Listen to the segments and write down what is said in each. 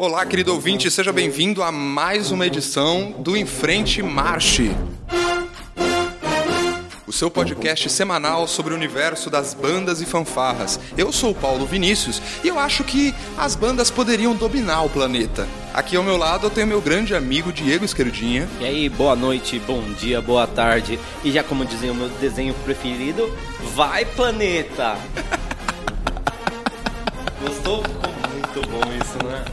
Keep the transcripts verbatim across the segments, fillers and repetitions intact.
Olá, querido ouvinte, seja bem-vindo a mais uma edição do Em Frente Marche, o seu podcast semanal sobre o universo das bandas e fanfarras. Eu sou o Paulo Vinícius e eu acho que as bandas poderiam dominar o planeta. Aqui ao meu lado eu tenho meu grande amigo Diego Esquerdinha. E aí, boa noite, bom dia, boa tarde. E já como dizia o meu desenho preferido, vai planeta! Gostou? Ficou muito bom isso, né?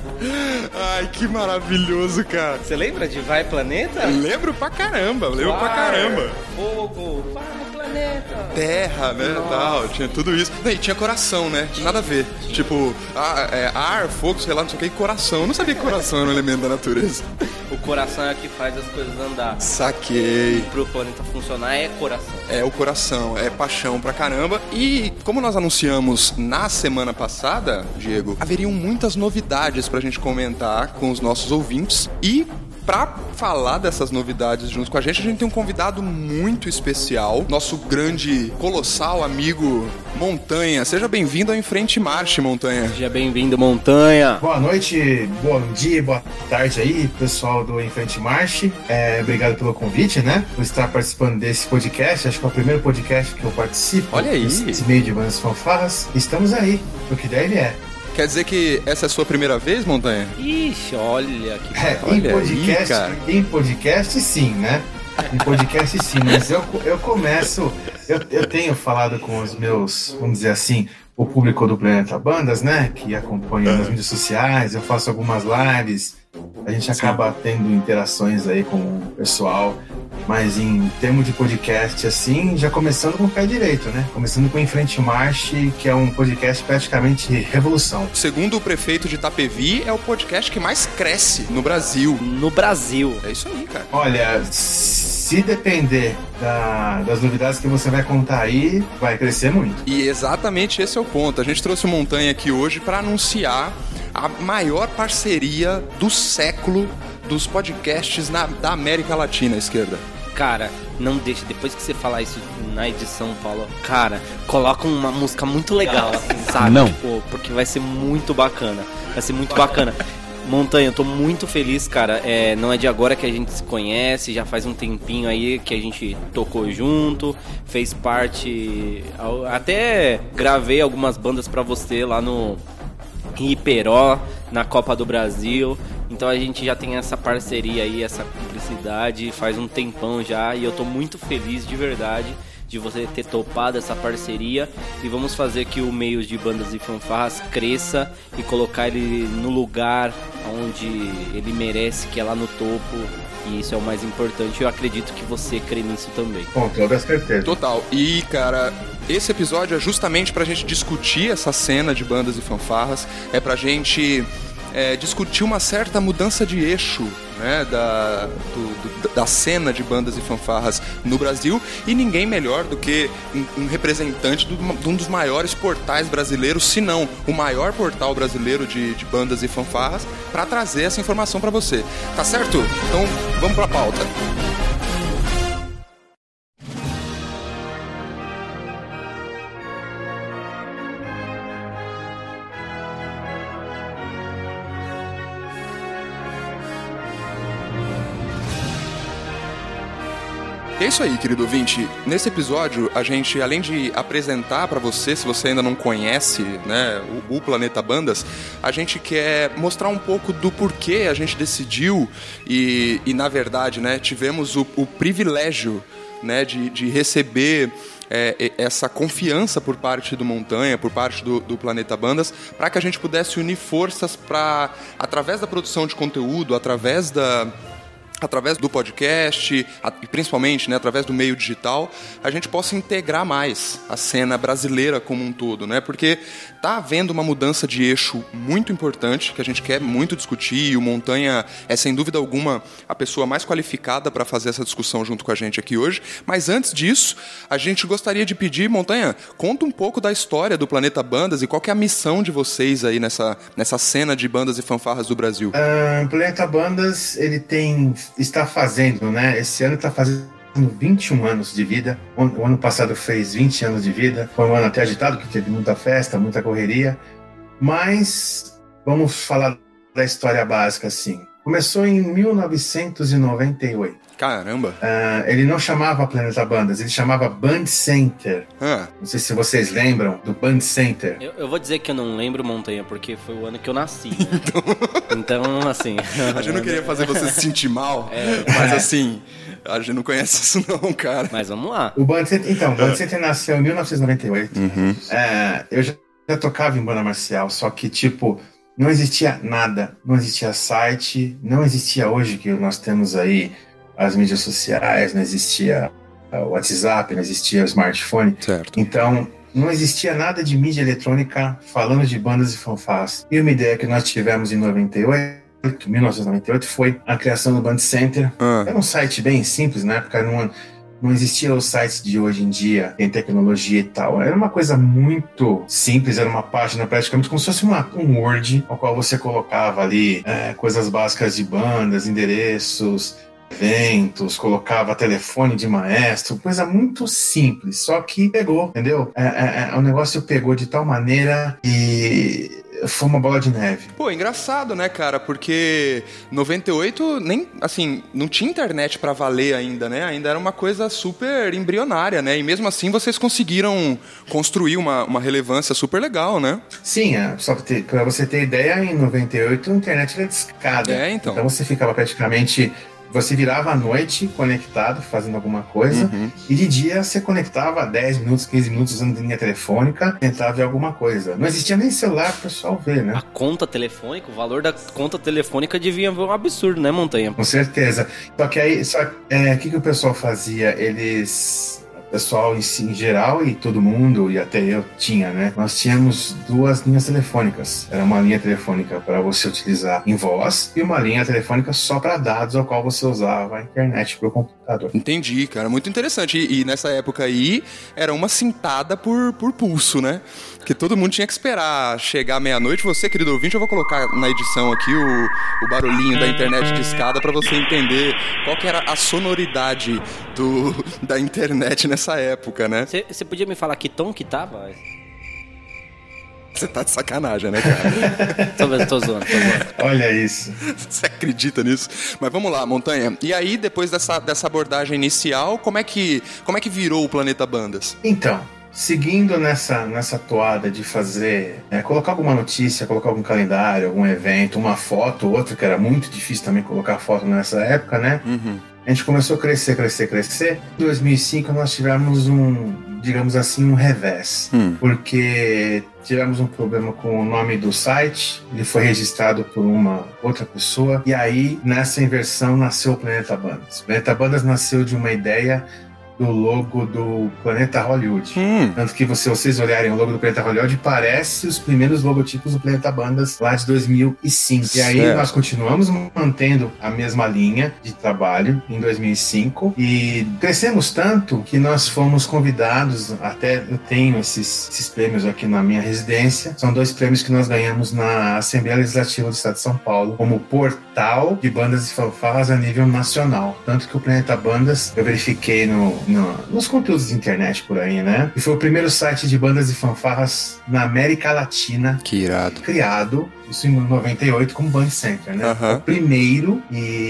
Ai, que maravilhoso, cara. Você lembra de Vai Planeta? Lembro pra caramba, lembro pra caramba. Fogo, vai planeta. Terra, né, Nossa. tal, tinha tudo isso. Não, e tinha coração, né, nada a ver. Tipo, a- é, ar, fogo, sei lá, não sei o que, e coração. Eu não sabia que coração era um elemento da natureza. O coração é o que faz as coisas andar. Saquei. Pro planeta funcionar é coração. É o coração, é paixão pra caramba. E como nós anunciamos na semana passada, Diego, haveriam muitas novidades pra gente comentar com os nossos ouvintes. E pra falar dessas novidades junto com a gente, a gente tem um convidado muito especial, nosso grande, colossal amigo Montanha. Seja bem-vindo ao Em Frente Marche, Montanha. Seja bem-vindo, Montanha. Boa noite, bom dia, boa tarde aí, pessoal do Em Frente Marche. É, obrigado pelo convite, né? Por estar participando desse podcast. Acho que é o primeiro podcast que eu participo. Olha aí. Nesse meio de bandas fanfarras. Estamos aí, o que deve é. Quer dizer que essa é a sua primeira vez, Montanha? Ixi, olha que... É, Olha em podcast, aí, cara. em podcast sim, né? Em podcast sim, mas eu, eu começo, eu, eu tenho falado com os meus, vamos dizer assim, o público do Planeta Bandas, né? Que acompanha nas mídias sociais, eu faço algumas lives, a gente acaba tendo interações aí com o pessoal, mas em termos de podcast, assim, já começando com o pé direito, né? Começando com Em Frente Marche, que é um podcast praticamente revolução. Segundo o prefeito de Itapevi, é o podcast que mais cresce no Brasil. No Brasil. É isso aí, cara. Olha, se depender da- das novidades que você vai contar aí, vai crescer muito. E exatamente esse é o ponto. A gente trouxe o Montanha aqui hoje para anunciar a maior parceria do século dos podcasts na- da América Latina, esquerda. Cara, não deixa, depois que você falar isso na edição, Paulo, cara, coloca uma música muito legal, assim, sabe? Não. Tipo, porque vai ser muito bacana. Vai ser muito bacana. Montanha, eu tô muito feliz, cara. É, não é de agora que a gente se conhece, já faz um tempinho aí que a gente tocou junto, fez parte. Até gravei algumas bandas pra você lá no em Iperó, na Copa do Brasil. Então a gente já tem essa parceria aí, essa cumplicidade, faz um tempão já. E eu tô muito feliz de verdade de você ter topado essa parceria. E vamos fazer que o meio de bandas e fanfarras cresça e colocar ele no lugar onde ele merece, que é lá no topo. E isso é o mais importante. Eu acredito que você crê nisso também. Com toda certeza. Total. E, cara, esse episódio é justamente pra gente discutir essa cena de bandas e fanfarras. É pra gente é, discutir uma certa mudança de eixo, né, da, do- do- da cena de bandas e fanfarras no Brasil. E ninguém melhor do que um, um representante do- de um dos maiores portais brasileiros, se não o maior portal brasileiro de, de bandas e fanfarras, pra trazer essa informação pra você. Tá certo? Então, vamos pra pauta. É isso aí, querido ouvinte. Nesse episódio, a gente, além de apresentar pra você, se você ainda não conhece, né, o, o Planeta Bandas, a gente quer mostrar um pouco do porquê a gente decidiu e, e na verdade, né, tivemos o, o privilégio, né, de, de receber é, essa confiança por parte do Montanha, por parte do, do Planeta Bandas, para que a gente pudesse unir forças para, através da produção de conteúdo, através da através do podcast, e principalmente, né, através do meio digital, a gente possa integrar mais a cena brasileira como um todo, né? Porque tá havendo uma mudança de eixo muito importante, que a gente quer muito discutir, e o Montanha é, sem dúvida alguma, a pessoa mais qualificada para fazer essa discussão junto com a gente aqui hoje. Mas antes disso, a gente gostaria de pedir, Montanha, conta um pouco da história do Planeta Bandas e qual que é a missão de vocês aí nessa, nessa cena de bandas e fanfarras do Brasil. Ah, Planeta Bandas, ele tem, está fazendo, né? Esse ano está fazendo vinte e um anos de vida. O ano passado fez vinte anos de vida. Foi um ano até agitado, que teve muita festa, muita correria. Mas vamos falar da história básica, assim. Começou em mil novecentos e noventa e oito. Caramba! Uh, ele não chamava Planeta Bandas, ele chamava Band Center. Ah. Não sei se vocês lembram do Band Center. Eu, eu vou dizer que eu não lembro, Montanha, porque foi o ano que eu nasci, né? Então, assim... A gente não queria fazer você se sentir mal, é, mas assim... A gente não conhece isso não, cara. Mas vamos lá. O Band Center, então, o Band Center nasceu em mil novecentos e noventa e oito. Uhum. É, eu já, já tocava em banda marcial, só que, tipo, não existia nada. Não existia site, não existia hoje que nós temos aí as mídias sociais, não existia o WhatsApp, não existia o smartphone. Certo. Então, não existia nada de mídia eletrônica falando de bandas e fanfarras. E uma ideia que nós tivemos em noventa e oito, mil novecentos e noventa e oito, foi a criação do Band Center. Ah. Era um site bem simples, na época não, não existia os sites de hoje em dia, tem tecnologia e tal. Era uma coisa muito simples, era uma página praticamente como se fosse uma, um Word, ao qual você colocava ali é, coisas básicas de bandas, endereços, eventos, colocava telefone de maestro, coisa muito simples, só que pegou, entendeu? É, é, é, o negócio pegou de tal maneira e foi uma bola de neve. Pô, engraçado, né, cara? Porque noventa e oito nem, assim, não tinha internet pra valer ainda, né? Ainda era uma coisa super embrionária, né? E mesmo assim vocês conseguiram construir uma, uma relevância super legal, né? Sim, é, só pra, ter, pra você ter ideia, em noventa e oito a internet era discada. É, então. Então você ficava praticamente... Você virava à noite conectado, fazendo alguma coisa, uhum. e de dia você conectava dez minutos, quinze minutos usando linha telefônica, tentava ver alguma coisa. Não existia nem celular pro pessoal ver, né? A conta telefônica, o valor da conta telefônica devia ser um absurdo, né, Montanha? Com certeza. Só que aí, só é, que, que o pessoal fazia? Eles... O pessoal em, si, em geral e todo mundo, e até eu tinha, né? Nós tínhamos duas linhas telefônicas. Era uma linha telefônica para você utilizar em voz e uma linha telefônica só para dados, ao qual você usava a internet para o computador. Entendi, cara. Muito interessante. E, e nessa época aí, era uma cintada por, por pulso, né? Porque todo mundo tinha que esperar chegar meia-noite. Você, querido ouvinte, eu vou colocar na edição aqui o, o barulhinho da internet de escada para você entender qual que era a sonoridade do, da internet nessa época, né? Você podia me falar que tom que tava? Você tá de sacanagem, né, cara? tô, tô zoando, tô zoando. Olha isso. Você acredita nisso? Mas vamos lá, Montanha. E aí, depois dessa, dessa abordagem inicial, como é, que, como é que virou o Planeta Bandas? Então... Seguindo nessa, nessa toada de fazer, é, colocar alguma notícia, colocar algum calendário, algum evento, uma foto, outra, que era muito difícil também colocar foto nessa época, né? Uhum. A gente começou a crescer, crescer, crescer. Em dois mil e cinco nós tivemos um, digamos assim, um revés. Hum. Porque tivemos um problema com o nome do site, ele foi registrado por uma outra pessoa, e aí nessa inversão nasceu o Planeta Bandas. O Planeta Bandas nasceu de uma ideia do logo do Planeta Hollywood. Hum. Tanto que se vocês olharem o logo do Planeta Hollywood, parece os primeiros logotipos do Planeta Bandas lá de dois mil e cinco. E aí certo. Nós continuamos mantendo a mesma linha de trabalho em dois mil e cinco e crescemos tanto que nós fomos convidados, até eu tenho esses, esses prêmios aqui na minha residência, são dois prêmios que nós ganhamos na Assembleia Legislativa do Estado de São Paulo, como portal de bandas e fanfarras a nível nacional. Tanto que o Planeta Bandas, eu verifiquei no No, nos conteúdos de internet por aí, né? E foi o primeiro site de bandas e fanfarras na América Latina. Que irado. Criado, isso em noventa e oito, como Band Center, né? Uhum. O primeiro,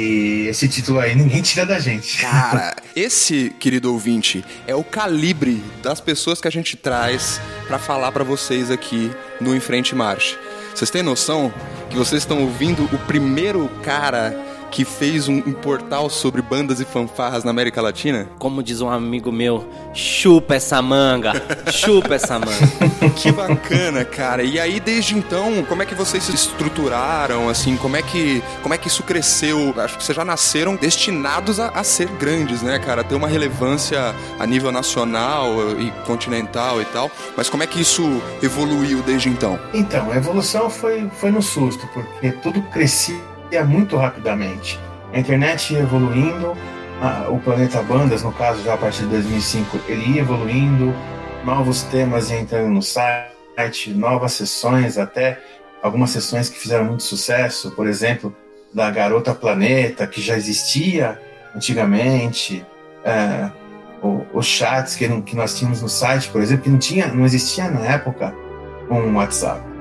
e esse título aí ninguém tira da gente. Cara, esse, querido ouvinte, é o calibre das pessoas que a gente traz pra falar pra vocês aqui no Em Frente Marche. Vocês têm noção que vocês estão ouvindo o primeiro cara que fez um, um portal sobre bandas e fanfarras na América Latina? Como diz um amigo meu, chupa essa manga, chupa essa manga. Que bacana, cara. E aí, desde então, como é que vocês se estruturaram, assim, como é que, como é que isso cresceu? Acho que vocês já nasceram destinados a, a ser grandes, né, cara? A ter uma relevância a nível nacional e continental e tal. Mas como é que isso evoluiu desde então? Então, a evolução foi, foi no susto, porque tudo crescia muito rapidamente. A internet ia evoluindo, a, o Planeta Bandas, no caso já a partir de dois mil e cinco, ele ia evoluindo, novos temas iam entrando no site, novas sessões, até algumas sessões que fizeram muito sucesso, por exemplo, da Garota Planeta, que já existia antigamente, é, o, os chats que, que nós tínhamos no site, por exemplo, que não, tinha, não existia na época um WhatsApp.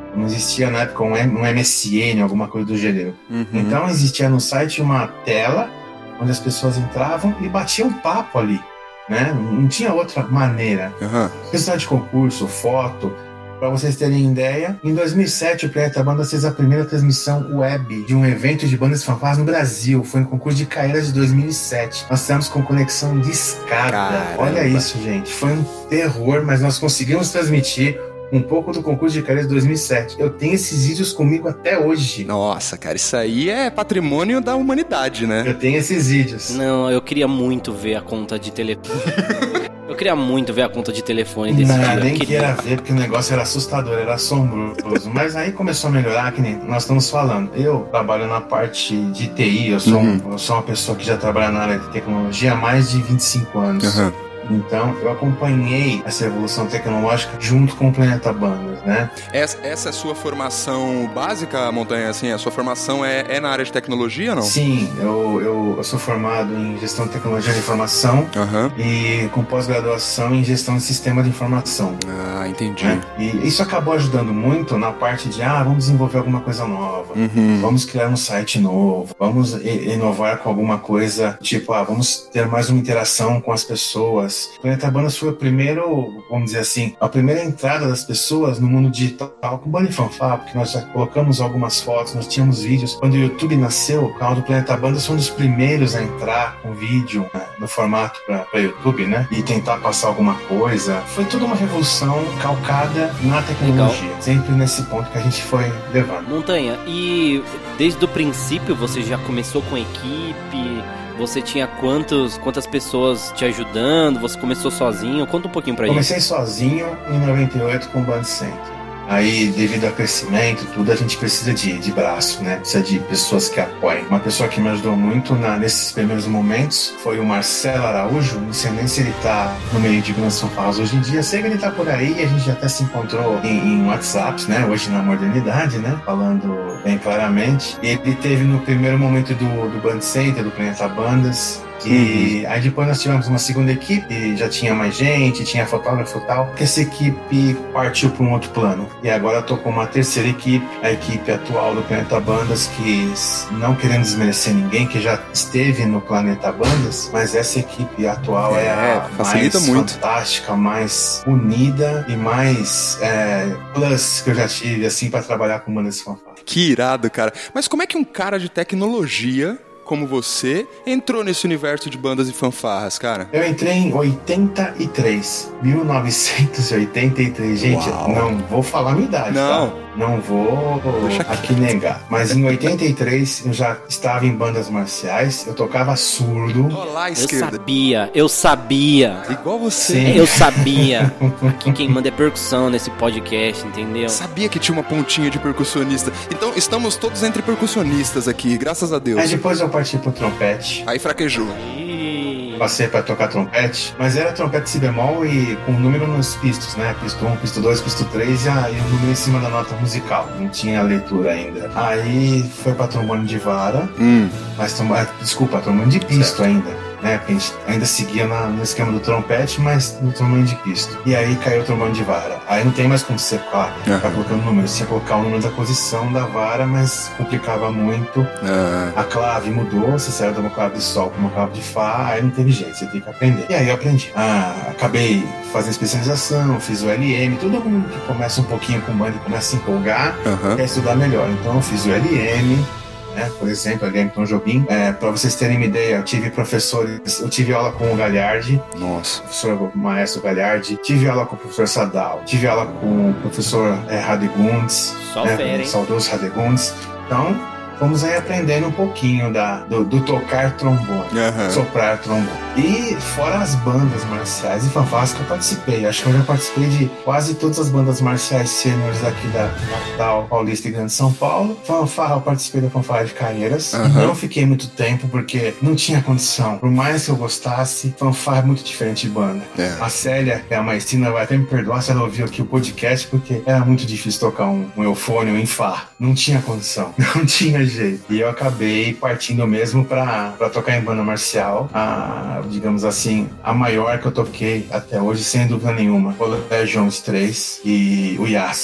Não existia na época um, um M S N, alguma coisa do gênero. Uhum. Então existia no site uma tela onde as pessoas entravam e batiam papo ali, né? Não tinha outra maneira. Uhum. Questão de concurso, foto. Para vocês terem ideia, em dois mil e sete o Planeta Bandas fez a primeira transmissão web de um evento de bandas e fanfarras no Brasil. Foi no concurso de Caeiras de dois mil e sete. Nós estamos com conexão de escada. Caramba. Olha isso, gente. Foi um terror, mas nós conseguimos transmitir um pouco do concurso de Caeiras de dois mil e sete. Eu tenho esses vídeos comigo até hoje. Nossa, cara, isso aí é patrimônio da humanidade, né? Eu tenho esses vídeos. Não, eu queria muito ver a conta de telefone. Eu queria muito ver a conta de telefone desse Não, dia. nem Eu queria. queira ver, porque o negócio era assustador, era assombroso. Mas aí começou a melhorar, que nem nós estamos falando. Eu trabalho na parte de T I, eu sou, Uhum. um, eu sou uma pessoa que já trabalha na área de tecnologia há mais de vinte e cinco anos. Uhum. Então, eu acompanhei essa evolução tecnológica junto com o Planeta Bandas, né? Essa, essa é a sua formação básica, Montanha? Assim, a sua formação é, é na área de tecnologia ou não? Sim, eu, eu, eu sou formado em gestão de tecnologia de informação Aham. e com pós-graduação em gestão de sistema de informação. Ah, entendi. Né? E isso acabou ajudando muito na parte de, ah, vamos desenvolver alguma coisa nova, Uhum. vamos criar um site novo, vamos i- inovar com alguma coisa, tipo, ah, vamos ter mais uma interação com as pessoas. O Planeta Bandas foi o primeiro, vamos dizer assim, a primeira entrada das pessoas no mundo digital com banda e fanfarra, porque nós já colocamos algumas fotos, nós tínhamos vídeos. Quando o YouTube nasceu, o canal do Planeta Bandas foi um dos primeiros a entrar com vídeo, né, no formato para YouTube, né? E tentar passar alguma coisa. Foi toda uma revolução calcada na tecnologia. Legal. Sempre nesse ponto que a gente foi levando. Montanha, e desde o princípio você já começou com equipe? Você tinha quantos, quantas pessoas te ajudando? Você começou sozinho? Conta um pouquinho pra gente. Comecei sozinho em noventa e oito com o Band Center. Aí, devido ao crescimento, tudo, a gente precisa de, de braço, né? Precisa de pessoas que apoiem. Uma pessoa que me ajudou muito na, nesses primeiros momentos foi o Marcelo Araújo. Não sei nem se ele tá no meio de Bandas Fanfarras hoje em dia. Sei que ele tá por aí e a gente até se encontrou em, em WhatsApps, né? Hoje na modernidade, né? Falando bem claramente. E ele teve no primeiro momento do, do Band Center, do Planeta Bandas. E aí depois nós tivemos uma segunda equipe, já tinha mais gente, tinha fotógrafo e tal, que essa equipe partiu para um outro plano. E agora eu tô com uma terceira equipe, a equipe atual do Planeta Bandas, que não querendo desmerecer ninguém, que já esteve no Planeta Bandas, mas essa equipe atual é, É, a facilita mais muito. fantástica, mais unida e mais é, plus que eu já tive, assim, para trabalhar com bandas de fanfarra. Que irado, cara. Mas como é que um cara de tecnologia como você entrou nesse universo de bandas e fanfarras, cara? Eu entrei em oitenta e três, mil novecentos e oitenta e três. Gente, Uau. não vou falar a minha idade, Não. tá? Não vou Deixa aqui negar. Mas em oitenta e três eu já estava em bandas marciais, eu tocava surdo. Olá, Eu esquerda. sabia, eu sabia. Igual você. Sim. Eu sabia. Aqui quem manda é percussão nesse podcast, entendeu? Sabia que tinha uma pontinha de percussionista. Então, estamos todos entre percussionistas aqui, graças a Deus. Aí depois eu parti pro trompete. Aí fraquejou. Ih, Passei para tocar trompete, mas era trompete si bemol e com número nos pistos, né? Pisto um, pisto dois, pisto três e aí o número em cima da nota musical. Não tinha leitura ainda. Aí foi para trombone de vara, Hum. mas trom- ah, desculpa, trombone de pisto ainda. Né, porque a gente ainda seguia na, no esquema do trompete, mas no trombone de pisto. E aí caiu o trombone de vara. Aí não tem mais como você ficar Aham. ficar colocando número. Você ia colocar o número da posição da vara, mas complicava muito. Ah. A clave mudou, você saiu de uma clave de sol para uma clave de fá, aí não teve jeito, você tem que aprender. E aí eu aprendi. Ah, acabei fazendo especialização, fiz o L M. Todo mundo que começa um pouquinho com banda e começa a se empolgar, Aham. quer estudar melhor. Então eu fiz o L M, né, por exemplo, L M Tom Jobim. É, para vocês terem uma ideia, eu tive professores, eu tive aula com o Galhardi, Nossa. professor Maestro Galhardi, tive aula com o professor Sadal, tive aula com o professor é, Radegundes, Só né, fera, o hein? saudoso Radegundes. Então, fomos aí aprendendo um pouquinho da, do, do tocar trombone, Aham. soprar trombone. E fora as bandas marciais e fanfarras que eu participei, acho que eu já participei de quase todas as bandas marciais sêniores aqui da capital paulista e grande São Paulo. Fanfarra, eu participei da fanfarra de Caeiras. Aham. Não fiquei muito tempo porque não tinha condição. Por mais que eu gostasse, fanfarra é muito diferente de banda. É. A Célia, que é a maestrina, vai até me perdoar se ela ouviu aqui o podcast, porque era muito difícil tocar um, um eufônio em Fá. Não tinha condição, não tinha jeito. E eu acabei partindo mesmo pra, pra tocar em banda marcial. A, digamos assim, a maior que eu toquei até hoje, sem dúvida nenhuma, foi o Jones três e o Yassis.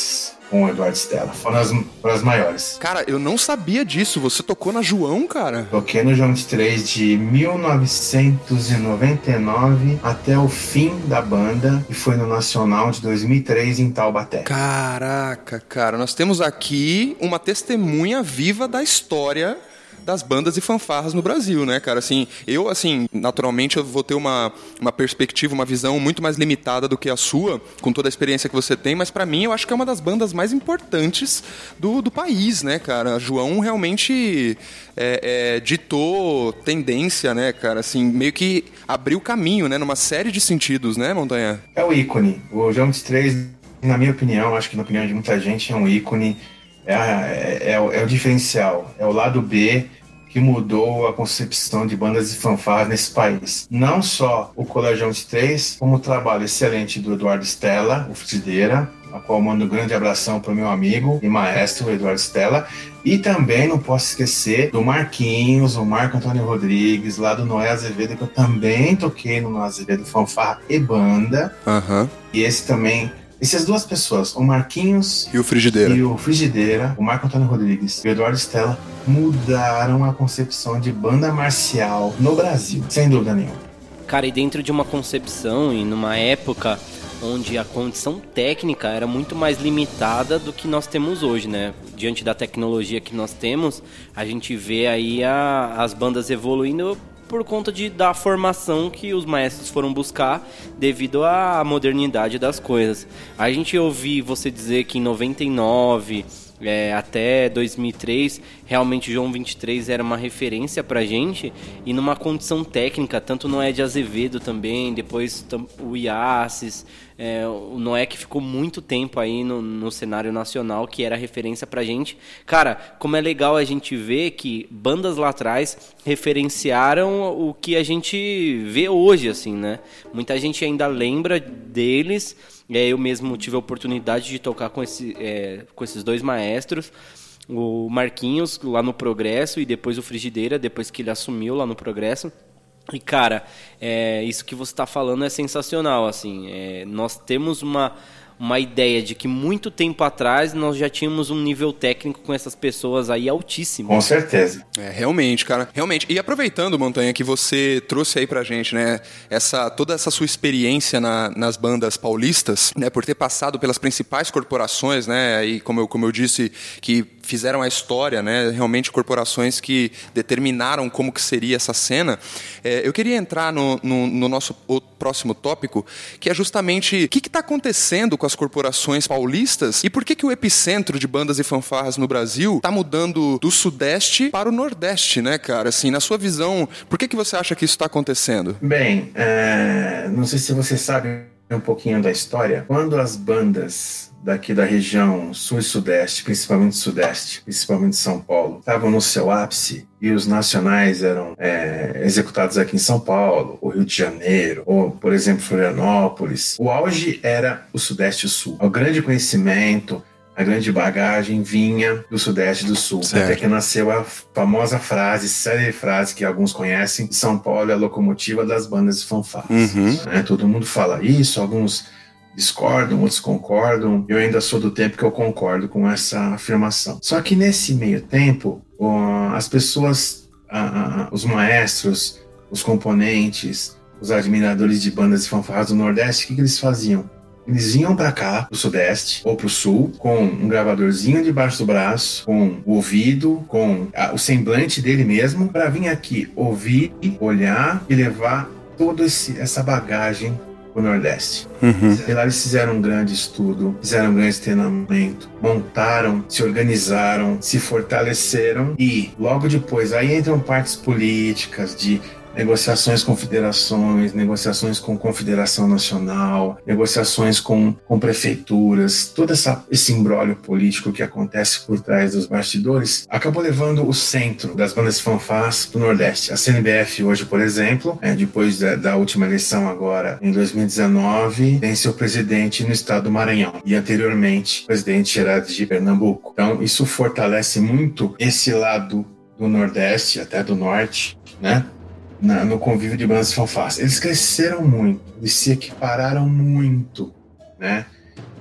com o Eduardo Stella. Foram as, foram as maiores. Cara, eu não sabia disso. Você tocou na João, cara? Toquei no João vinte e três de mil novecentos e noventa e nove até o fim da banda, e foi no Nacional de dois mil e três em Taubaté. Caraca, cara. Nós temos aqui uma testemunha viva da história das bandas e fanfarras no Brasil, né, cara? Assim, eu, assim, naturalmente eu vou ter uma, uma perspectiva, uma visão muito mais limitada do que a sua, com toda a experiência que você tem, mas pra mim eu acho que é uma das bandas mais importantes do, do país, né, cara? A João realmente é, é, ditou tendência, né, cara? Assim, meio que abriu caminho, né, numa série de sentidos, né, Montanha? É o ícone. O João vinte e três, na minha opinião, acho que na opinião de muita gente, é um ícone. É, é, é, é o diferencial, é o lado B que mudou a concepção de bandas e fanfarras nesse país. Não só o Colégio vinte e três, como o trabalho excelente do Eduardo Stella, o Frigideira, a qual mando um grande abração para o meu amigo e maestro, o Eduardo Stella, e também não posso esquecer do Marquinhos, o Marco Antônio Rodrigues, lá do Noé Azevedo, que eu também toquei no Noé Azevedo Fanfarra e Banda, uhum. E esse também... Essas duas pessoas, o Marquinhos e o Frigideira, e o Frigideira, o Marco Antônio Rodrigues e o Eduardo Stella, mudaram a concepção de banda marcial no Brasil, sem dúvida nenhuma. Cara, e dentro de uma concepção e numa época onde a condição técnica era muito mais limitada do que nós temos hoje, né? Diante da tecnologia que nós temos, a gente vê aí a, as bandas evoluindo por conta de, da formação que os maestros foram buscar devido à modernidade das coisas. A gente ouviu você dizer que em noventa e nove é, até dois mil e três, realmente o João vinte e três era uma referência pra gente, e numa condição técnica, tanto no Ed Azevedo também, depois o Iassis, é, o Noé, que ficou muito tempo aí no, no cenário nacional, que era referência pra gente. Cara, como é legal a gente ver que bandas lá atrás referenciaram o que a gente vê hoje, assim, né? Muita gente ainda lembra deles. Eu mesmo tive a oportunidade de tocar com, esse, é, com esses dois maestros, o Marquinhos lá no Progresso e depois o Frigideira, depois que ele assumiu lá no Progresso. E, cara, é, isso que você está falando é sensacional, assim. É, nós temos uma, uma ideia de que muito tempo atrás nós já tínhamos um nível técnico com essas pessoas aí altíssimo. Com certeza. É, realmente, cara, realmente. E aproveitando, Montanha, que você trouxe aí pra gente, né, essa, toda essa sua experiência na, nas bandas paulistas, né, por ter passado pelas principais corporações, né, e como eu, como eu disse, que fizeram a história, né, realmente corporações que determinaram como que seria essa cena. É, eu queria entrar no, no, no nosso próximo tópico, que é justamente o que está acontecendo com as corporações paulistas e por que, que o epicentro de bandas e fanfarras no Brasil está mudando do Sudeste para o Nordeste, né, cara? Assim, na sua visão, por que, que você acha que isso está acontecendo? Bem, é, não sei se você sabe um pouquinho da história. Quando as bandas daqui da região sul e sudeste, principalmente sudeste, principalmente São Paulo, estavam no seu ápice e os nacionais eram é, executados aqui em São Paulo, ou Rio de Janeiro, ou, por exemplo, Florianópolis, o auge era o sudeste e o sul. O grande conhecimento, a grande bagagem vinha do sudeste e do sul. Certo. Até que nasceu a famosa frase, série de frases que alguns conhecem: São Paulo é a locomotiva das bandas e fanfarras. Uhum. Né? Todo mundo fala isso, alguns discordam, outros concordam. Eu ainda sou do tempo que eu concordo com essa afirmação. Só que nesse meio tempo, as pessoas, os maestros, os componentes, os admiradores de bandas e fanfarras do Nordeste, o que, que eles faziam? Eles vinham pra cá, pro Sudeste ou pro Sul, com um gravadorzinho debaixo do braço, com o ouvido, com a, o semblante dele mesmo, para vir aqui ouvir, olhar e levar toda essa bagagem pro Nordeste. Uhum. E lá eles fizeram um grande estudo, fizeram um grande treinamento, montaram, se organizaram, se fortaleceram e logo depois aí entram partes políticas de negociações com federações, negociações com confederação nacional, negociações com, com prefeituras, todo essa, esse imbróglio político que acontece por trás dos bastidores, acabou levando o centro das bandas fanfarras para o Nordeste. A C N B F hoje, por exemplo, é, depois da, da última eleição agora, em dois mil e dezenove, tem seu presidente no estado do Maranhão e anteriormente o presidente era de Pernambuco. Então isso fortalece muito esse lado do Nordeste, até do Norte, né? Na, no convívio de bandas e fanfarras. Eles cresceram muito, eles se equipararam muito, né?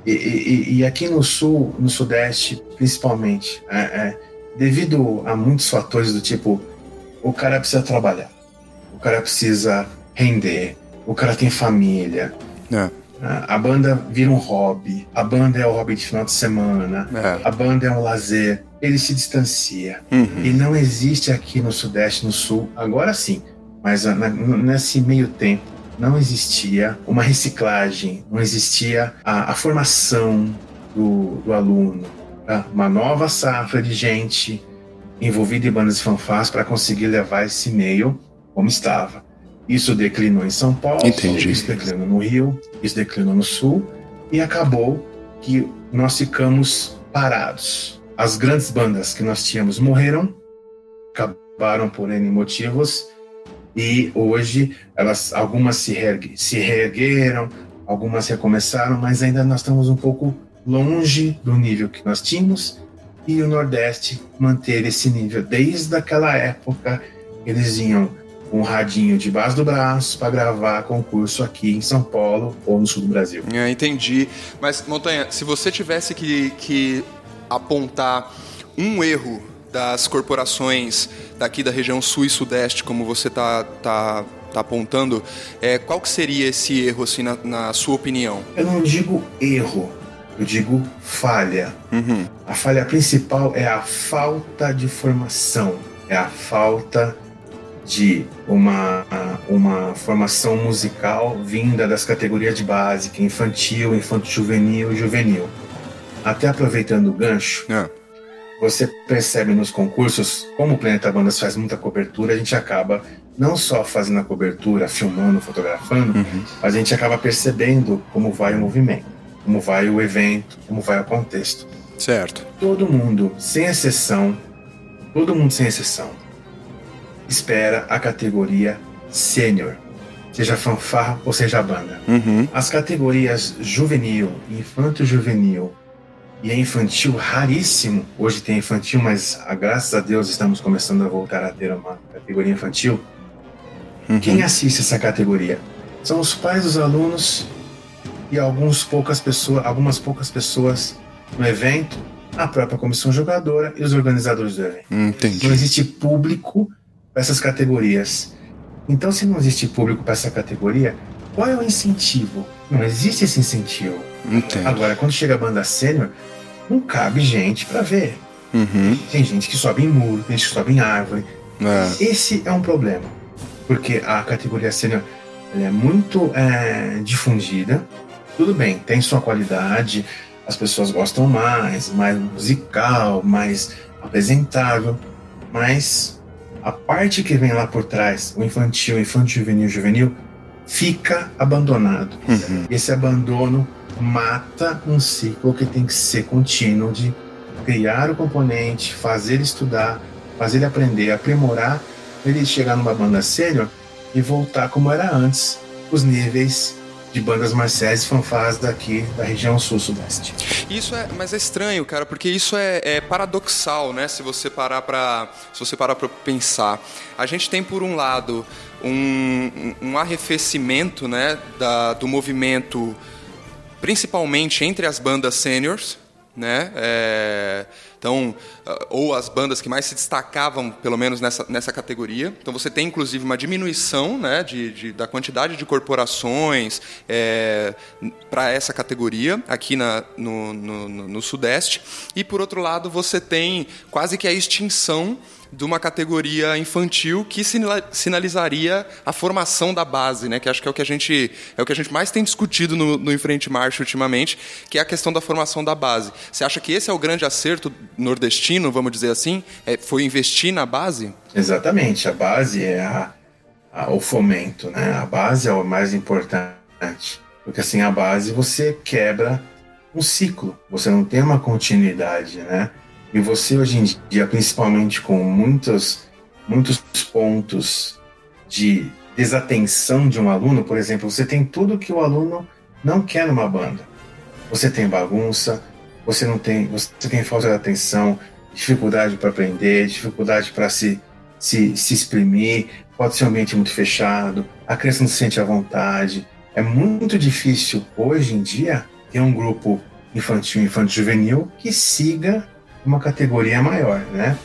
E, e, e aqui no sul, no sudeste, principalmente, é, é, devido a muitos fatores do tipo, o cara precisa trabalhar, o cara precisa render, o cara tem família, É. a banda vira um hobby, a banda é o hobby de final de semana, É. a banda é um lazer, ele se distancia. Uhum. E não existe aqui no sudeste, no sul, agora sim, mas na, nesse meio tempo, não existia uma reciclagem, não existia a, a formação do, do aluno, tá? Uma nova safra de gente envolvida em bandas de fanfarras para conseguir levar esse meio como estava. Isso declinou em São Paulo, Entendi. Isso declinou no Rio, isso declinou no Sul, e acabou que nós ficamos parados. As grandes bandas que nós tínhamos morreram, acabaram por N motivos, e hoje elas, algumas se, reergue, se reergueram, algumas recomeçaram, mas ainda nós estamos um pouco longe do nível que nós tínhamos, e o Nordeste manter esse nível. Desde aquela época, eles iam com um radinho debaixo do braço para gravar concurso aqui em São Paulo ou no sul do Brasil. É, entendi. Mas, Montanha, se você tivesse que, que apontar um erro das corporações daqui da região sul e sudeste, como você está tá, tá apontando, é, qual que seria esse erro, assim, na, na sua opinião? Eu não digo erro, eu digo falha. Uhum. A falha principal é a falta de formação, é a falta de uma, uma formação musical vinda das categorias de base, que é infantil, infanto-juvenil e juvenil. Até aproveitando o gancho, É. você percebe nos concursos, como o Planeta Bandas faz muita cobertura, a gente acaba não só fazendo a cobertura, filmando, fotografando, Uhum. mas a gente acaba percebendo como vai o movimento, como vai o evento, como vai o contexto. Certo. Todo mundo, sem exceção, todo mundo sem exceção, espera a categoria sênior, seja fanfarra ou seja banda. Uhum. As categorias juvenil, infanto-juvenil e infantil, raríssimo. Hoje tem infantil, mas ah, graças a Deus estamos começando a voltar a ter uma categoria infantil. Uhum. Quem assiste essa categoria? São os pais dos alunos e alguns poucas pessoas, algumas poucas pessoas no evento, a própria comissão jogadora e os organizadores do evento. Entendi. Não existe público para essas categorias. Então, se não existe público para essa categoria, qual é o incentivo? Não existe esse incentivo. Entendo. Agora, quando chega a banda sênior, não cabe gente para ver. Uhum. Tem gente que sobe em muro, tem gente que sobe em árvore. É. Esse é um problema, porque a categoria sênior ela é muito é, difundida. Tudo bem, tem sua qualidade, as pessoas gostam mais, mais musical, mais apresentável, mas a parte que vem lá por trás, o infantil, infantil, juvenil, juvenil, fica abandonado. Uhum. Esse abandono mata um ciclo que tem que ser contínuo de criar o componente, fazer ele estudar, fazer ele aprender, aprimorar, ele chegar numa banda sênior e voltar como era antes, os níveis de bandas marciais e fanfarras daqui da região sul-sudeste. Isso é, mas é estranho, cara, porque isso é, é paradoxal, né? Se você parar para, se você parar para pensar, a gente tem por um lado um, um arrefecimento, né, da, do movimento, principalmente entre as bandas seniors, né? É, então, ou as bandas que mais se destacavam, pelo menos nessa, nessa categoria. Então, você tem, inclusive, uma diminuição, né, de, de, da quantidade de corporações é, para essa categoria, aqui na, no, no, no Sudeste. E, por outro lado, você tem quase que a extinção de uma categoria infantil que sinalizaria a formação da base, né? Que acho que é o que a gente, é o que a gente mais tem discutido no, no Em Frente Marcha ultimamente, que é a questão da formação da base. Você acha que esse é o grande acerto nordestino, vamos dizer assim? É, foi investir na base? Exatamente, a base é a, a, o fomento, né? A base é o mais importante, porque assim, a base você quebra um ciclo, você não tem uma continuidade, né? E você hoje em dia, principalmente com muitos, muitos pontos de desatenção de um aluno, por exemplo, você tem tudo que o aluno não quer numa banda. Você tem bagunça, você não tem, você tem falta de atenção, dificuldade para aprender, dificuldade para se, se, se exprimir, pode ser um ambiente muito fechado, a criança não se sente à vontade. É muito difícil hoje em dia ter um grupo infantil e infanto juvenil que siga uma categoria maior, né?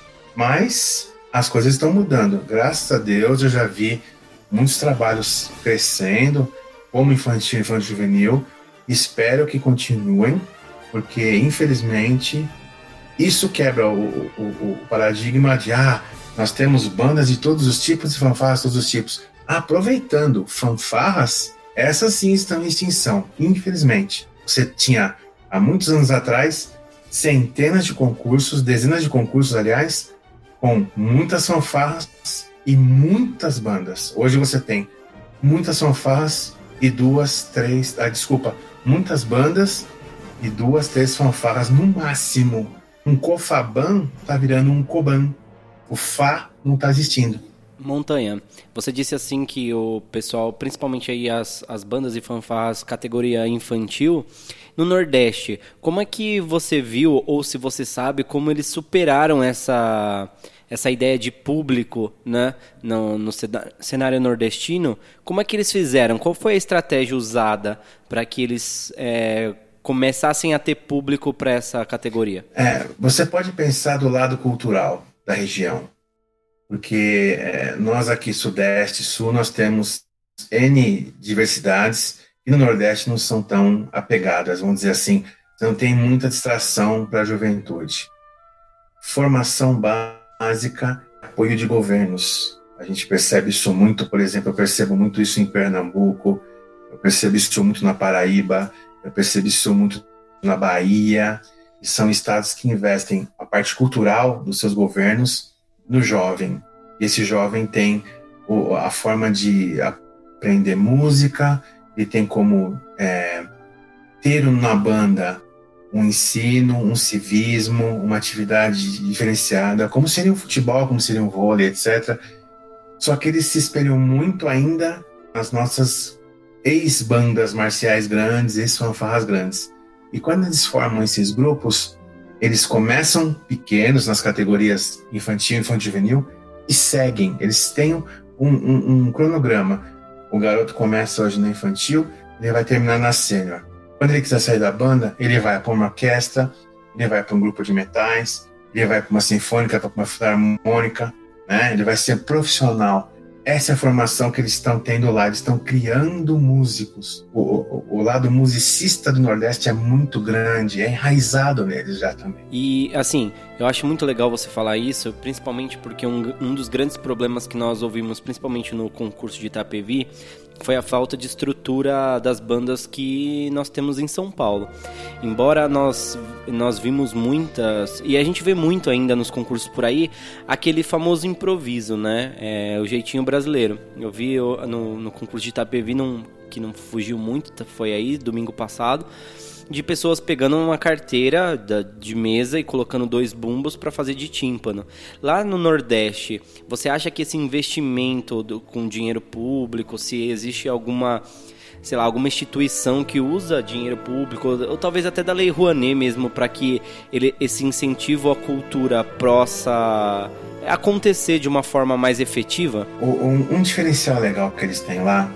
Mas as coisas estão mudando. Graças a Deus eu já vi muitos trabalhos crescendo como infantil e infanto juvenil. Espero que continuem, porque infelizmente isso quebra o, o, o paradigma de ah, nós temos bandas de todos os tipos e fanfarras de todos os tipos. Aproveitando, fanfarras, essas sim estão em extinção, infelizmente. Você tinha, há muitos anos atrás, centenas de concursos, dezenas de concursos, aliás, com muitas fanfarras e muitas bandas. Hoje você tem muitas fanfarras e duas, três, ah, desculpa, muitas bandas e duas, três fanfarras no máximo. Um cofaban tá virando um coban. O Fá não tá existindo. Montanha, você disse assim que o pessoal, principalmente aí as, as bandas e fanfarras categoria infantil, no Nordeste, como é que você viu, ou se você sabe, como eles superaram essa, essa ideia de público, né, no, no cenário nordestino? Como é que eles fizeram? Qual foi a estratégia usada para que eles é, começassem a ter público para essa categoria? É, você pode pensar do lado cultural da região. Porque é, nós aqui, Sudeste e Sul, nós temos N diversidades e no Nordeste não são tão apegadas, vamos dizer assim, não tem muita distração para a juventude. Formação básica, apoio de governos. A gente percebe isso muito, por exemplo, eu percebo muito isso em Pernambuco, eu percebo isso muito na Paraíba, eu percebo isso muito na Bahia, e são estados que investem a parte cultural dos seus governos no jovem. Esse jovem tem o, a forma de aprender música, ele tem como é, ter na banda um ensino, um civismo, uma atividade diferenciada, como seria o futebol, como seria o vôlei, etcétera. Só que eles se espelham muito ainda nas nossas ex-bandas marciais grandes, ex-fanfarras grandes. E quando eles formam esses grupos, eles começam pequenos nas categorias infantil, infantil juvenil e seguem. Eles têm um, um, um cronograma. O garoto começa hoje na infantil, ele vai terminar na sênior. Quando ele quiser sair da banda, ele vai para uma orquestra, ele vai para um grupo de metais, ele vai para uma sinfônica, para uma filarmônica, né? Ele vai ser profissional. Essa é a formação que eles estão tendo lá, eles estão criando músicos. O, o, o lado musicista do Nordeste é muito grande, é enraizado neles já também. E, assim, eu acho muito legal você falar isso, principalmente porque um, um dos grandes problemas que nós ouvimos, principalmente no concurso de Itapevi, foi a falta de estrutura das bandas que nós temos em São Paulo. Embora nós, nós vimos muitas, e a gente vê muito ainda nos concursos por aí, aquele famoso improviso, né? É, o jeitinho brasileiro. Eu vi eu, no, no concurso de Itapevi, num, que não fugiu muito, foi aí, domingo passado, de pessoas pegando uma carteira da, de mesa e colocando dois bumbos para fazer de tímpano. Lá no Nordeste, você acha que esse investimento do, com dinheiro público, se existe alguma, sei lá, alguma instituição que usa dinheiro público, ou, ou talvez até da Lei Rouanet mesmo, para que ele, esse incentivo à cultura possa acontecer de uma forma mais efetiva? Um, um diferencial legal que eles têm lá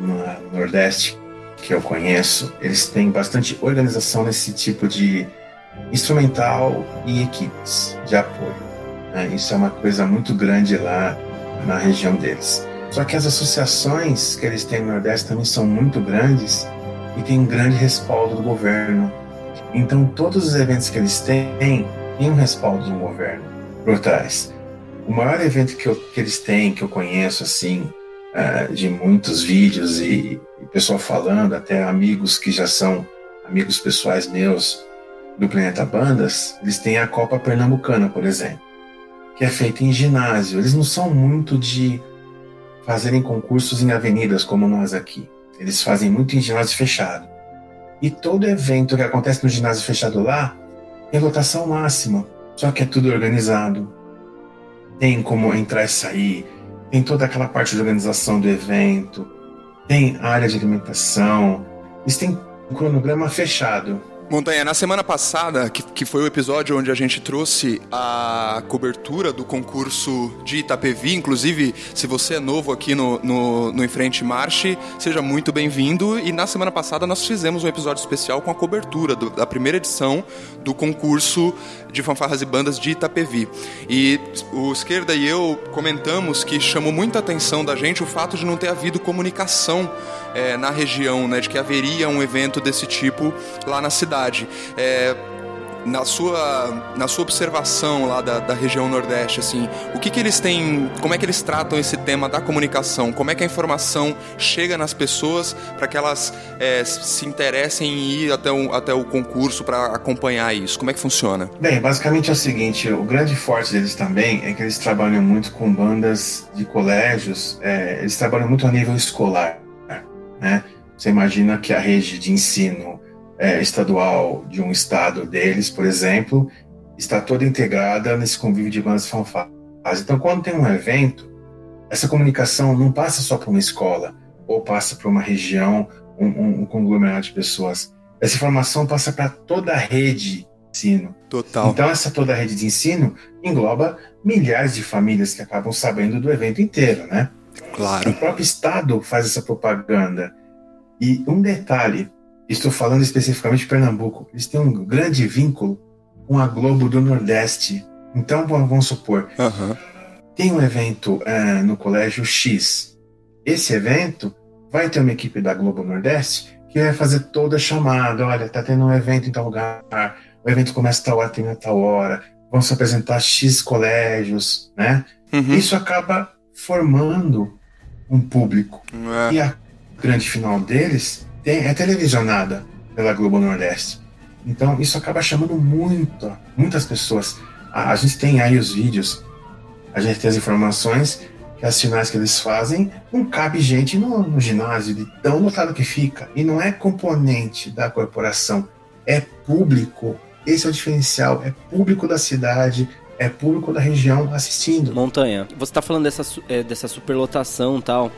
no Nordeste, que eu conheço, eles têm bastante organização nesse tipo de instrumental e equipes de apoio, né? Isso é uma coisa muito grande lá na região deles. Só que as associações que eles têm no Nordeste também são muito grandes e têm um grande respaldo do governo. Então todos os eventos que eles têm têm um respaldo do governo por trás. O maior evento que, eu, que eles têm, que eu conheço assim, Uh, de muitos vídeos e, e pessoal falando, até amigos que já são amigos pessoais meus do Planeta Bandas, eles têm a Copa Pernambucana, por exemplo, que é feita em ginásio. Eles não são muito de fazerem concursos em avenidas como nós aqui. Eles fazem muito em ginásio fechado. E todo evento que acontece no ginásio fechado lá tem lotação máxima, só que é tudo organizado. Tem como entrar e sair, tem toda aquela parte de organização do evento, tem área de alimentação, eles têm um cronograma fechado. Montanha, na semana passada, que, que foi o episódio onde a gente trouxe a cobertura do concurso de Itapevi, inclusive, se você é novo aqui no, no, no Em Frente Marche, seja muito bem-vindo. E na semana passada nós fizemos um episódio especial com a cobertura do, da primeira edição do concurso de fanfarras e bandas de Itapevi. E o Esquerda e eu comentamos que chamou muita atenção da gente o fato de não ter havido comunicação é, na região, né, de que haveria um evento desse tipo lá na cidade. É, na sua, na sua observação lá da, da região Nordeste, assim, o que que eles têm, como é que eles tratam esse tema da comunicação? Como é que a informação chega nas pessoas para que elas é, se interessem em ir até o, até o concurso para acompanhar isso? Como é que funciona? Bem, basicamente é o seguinte, o grande forte deles também é que eles trabalham muito com bandas de colégios, é, eles trabalham muito a nível escolar, né? Você imagina que a rede de ensino É, estadual de um estado deles, por exemplo, está toda integrada nesse convívio de bandas e fanfarras. Então, quando tem um evento, essa comunicação não passa só para uma escola ou passa para uma região, um, um, um conglomerado de pessoas. Essa informação passa para toda a rede de ensino. Total. Então, essa toda a rede de ensino engloba milhares de famílias que acabam sabendo do evento inteiro, né? Claro. O próprio estado faz essa propaganda. E um detalhe, estou falando especificamente de Pernambuco, eles têm um grande vínculo com a Globo do Nordeste. Então, vamos supor, uhum. tem um evento uh, no Colégio X. Esse evento vai ter uma equipe da Globo Nordeste que vai fazer toda a chamada. Olha, está tendo um evento em tal lugar, o evento começa a tal hora, termina a tal hora, vão se apresentar X colégios, né? Uhum. Isso acaba formando um público. Uhum. E a grande final deles Tem, é televisionada pela Globo Nordeste. Então isso acaba chamando muito, muitas pessoas. A, a gente tem aí os vídeos, a gente tem as informações que as finais que eles fazem, não cabe gente no, no ginásio de tão lotado que fica. E não é componente da corporação, é público. Esse é o diferencial, é público da cidade, é público da região assistindo. Montanha, você está falando dessa, é, dessa superlotação e tal,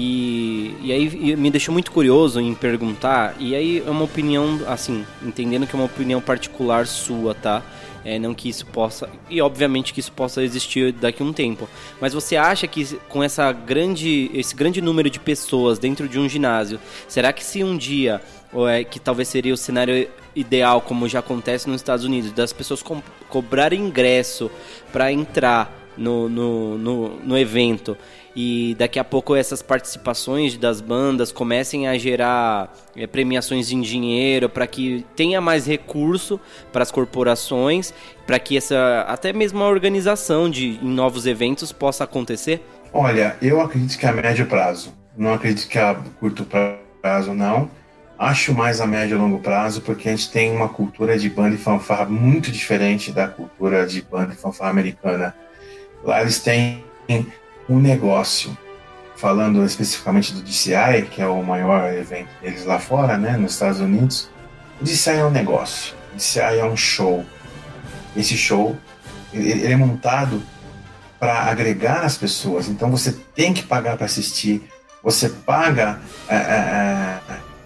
e, e aí e me deixou muito curioso em perguntar, e aí é uma opinião, assim, entendendo que é uma opinião particular sua, tá? É, não que isso possa, e obviamente que isso possa existir daqui a um tempo, mas você acha que com essa grande, esse grande número de pessoas dentro de um ginásio, será que se um dia, ou é, que talvez seria o cenário ideal, como já acontece nos Estados Unidos, das pessoas co- cobrarem ingresso para entrar no, no, no, no evento, e daqui a pouco essas participações das bandas comecem a gerar é, premiações em dinheiro para que tenha mais recurso para as corporações, para que essa até mesmo a organização de em novos eventos possa acontecer? Olha, eu acredito que é a médio prazo, não acredito que é a curto prazo, não. Acho mais a médio e longo prazo, porque a gente tem uma cultura de banda e fanfarra muito diferente da cultura de banda e fanfarra americana. Lá eles têm um negócio, falando especificamente do D C I, que é o maior evento deles lá fora, né, nos Estados Unidos. O D C I é um negócio, o D C I é um show. Esse show, ele é montado para agregar as pessoas, então você tem que pagar para assistir, você paga é, é,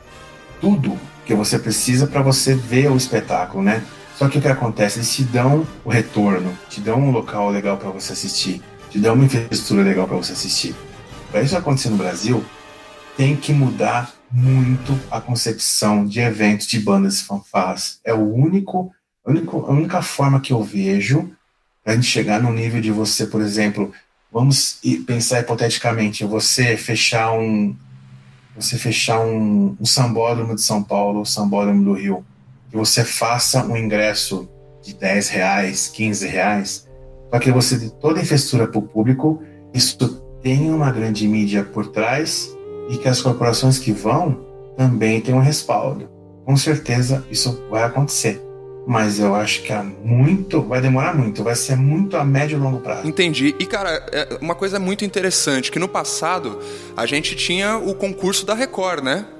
tudo que você precisa para você ver o espetáculo, né? Só que o que acontece? Eles te dão o retorno, te dão um local legal para você assistir, te dão uma infraestrutura legal para você assistir. Para isso acontecer no Brasil, tem que mudar muito a concepção de eventos de bandas e fanfarras. É o único, a, único, a única forma que eu vejo para a gente chegar no nível de você, por exemplo, vamos pensar hipoteticamente, você fechar um você fechar um, um sambódromo de São Paulo, um sambódromo do Rio, que você faça um ingresso de dez reais, quinze reais, para que você dê toda a infraestrutura para o público, isso tenha uma grande mídia por trás e que as corporações que vão também tenham um respaldo. Com certeza isso vai acontecer. Mas eu acho que há muito, vai demorar muito, vai ser muito a médio e longo prazo. Entendi. E, cara, uma coisa muito interessante, que no passado a gente tinha o concurso da Record, né?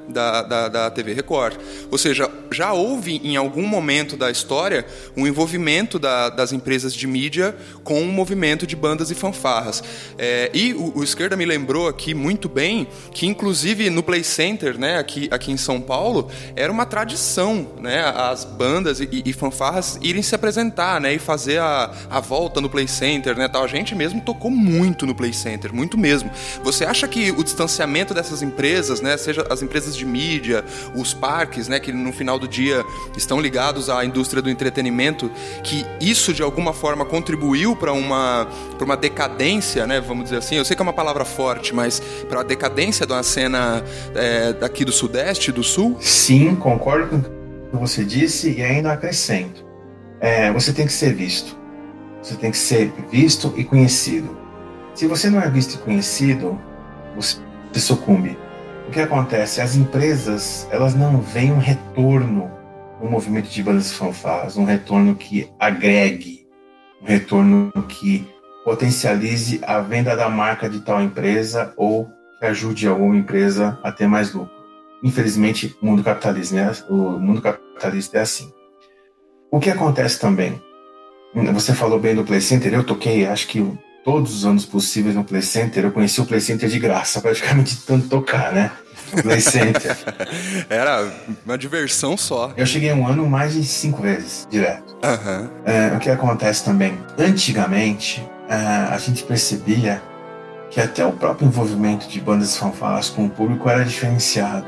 da, da, da T V Record. Ou seja, já houve em algum momento da história um envolvimento da, das empresas de mídia com um movimento de bandas e fanfarras. É, e o, o Esquerda me lembrou aqui muito bem que, inclusive, no Play Center, né, aqui, aqui em São Paulo, era uma tradição, né, as bandas e, e fanfarras irem se apresentar, né, e fazer a, a volta no Play Center, né, tal. A gente mesmo tocou muito no Play Center, muito mesmo. Você acha que o distanciamento dessas empresas, né, seja as empresas de mídia, os parques, né, que no final do dia estão ligados à indústria do entretenimento, que isso de alguma forma contribuiu para uma, para uma decadência, né, vamos dizer assim, eu sei que é uma palavra forte, mas para a decadência de uma cena é, daqui do Sudeste, do Sul? Sim, concordo com o que você disse e ainda acrescento. É, você tem que ser visto. Você tem que ser visto e conhecido. Se você não é visto e conhecido, você sucumbe. O que acontece? As empresas, elas não veem um retorno no movimento de bandas e fanfarras, um retorno que agregue, um retorno que potencialize a venda da marca de tal empresa ou que ajude alguma empresa a ter mais lucro. Infelizmente, o mundo capitalista, né? O mundo capitalista é assim. O que acontece também? Você falou bem do Play Center, eu toquei, acho que todos os anos possíveis no Play Center. Eu conheci o Play Center de graça, praticamente de tanto tocar, né? O Play Center. Era uma diversão só. Eu cheguei um ano mais de cinco vezes, direto. Uhum. É, o que acontece também? Antigamente, é, a gente percebia que até o próprio envolvimento de bandas e fanfarras com o público era diferenciado.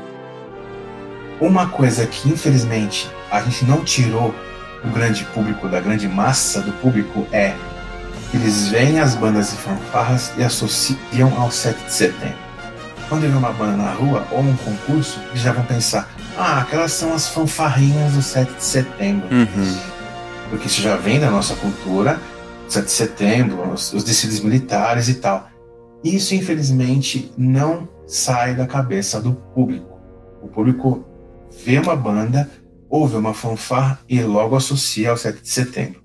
Uma coisa que, infelizmente, a gente não tirou do grande público, da grande massa do público, é que eles veem as bandas e fanfarras e associam ao sete de setembro. Quando vê uma banda na rua ou um concurso, eles já vão pensar: ah, aquelas são as fanfarrinhas do sete de setembro. Uhum. Porque isso já vem da nossa cultura, sete de setembro, os, os desfiles militares e tal. Isso, infelizmente, não sai da cabeça do público. O público vê uma banda, ouve uma fanfarra e logo associa ao sete de setembro.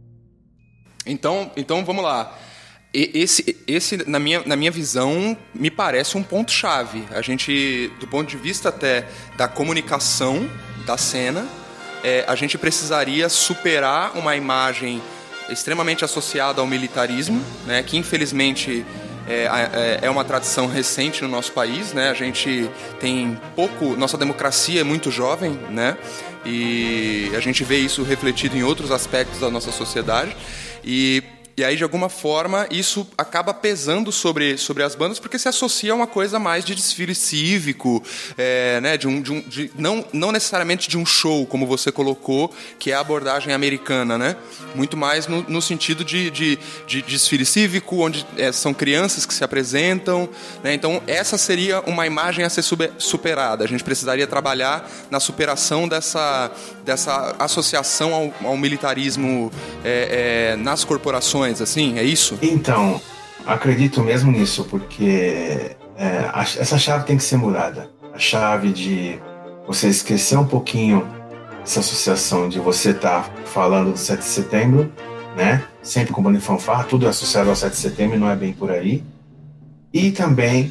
Então, então vamos lá. Esse, esse na, minha, na minha visão, me parece um ponto-chave. A gente, do ponto de vista até da comunicação da cena, é, a gente precisaria superar uma imagem extremamente associada ao militarismo, né, que infelizmente é, é, é uma tradição recente no nosso país, né? A gente tem pouco... Nossa democracia é muito jovem, né? E a gente vê isso refletido em outros aspectos da nossa sociedade. E... E aí, de alguma forma, isso acaba pesando sobre, sobre as bandas, porque se associa a uma coisa mais de desfile cívico, é, né, de um, de um, de, não, não necessariamente de um show, como você colocou, que é a abordagem americana, né? Muito mais no, no sentido de, de, de desfile cívico, onde é, são crianças que se apresentam, né? Então, essa seria uma imagem a ser super, superada. A gente precisaria trabalhar na superação dessa, dessa associação ao, ao militarismo é, é, nas corporações. Assim, é isso? Então, acredito mesmo nisso, porque é, a, essa chave tem que ser mudada. A chave de você esquecer um pouquinho essa associação de você estar tá falando do sete de setembro, né? Sempre com banda e fanfarra, tudo é associado ao sete de setembro e não é bem por aí. E também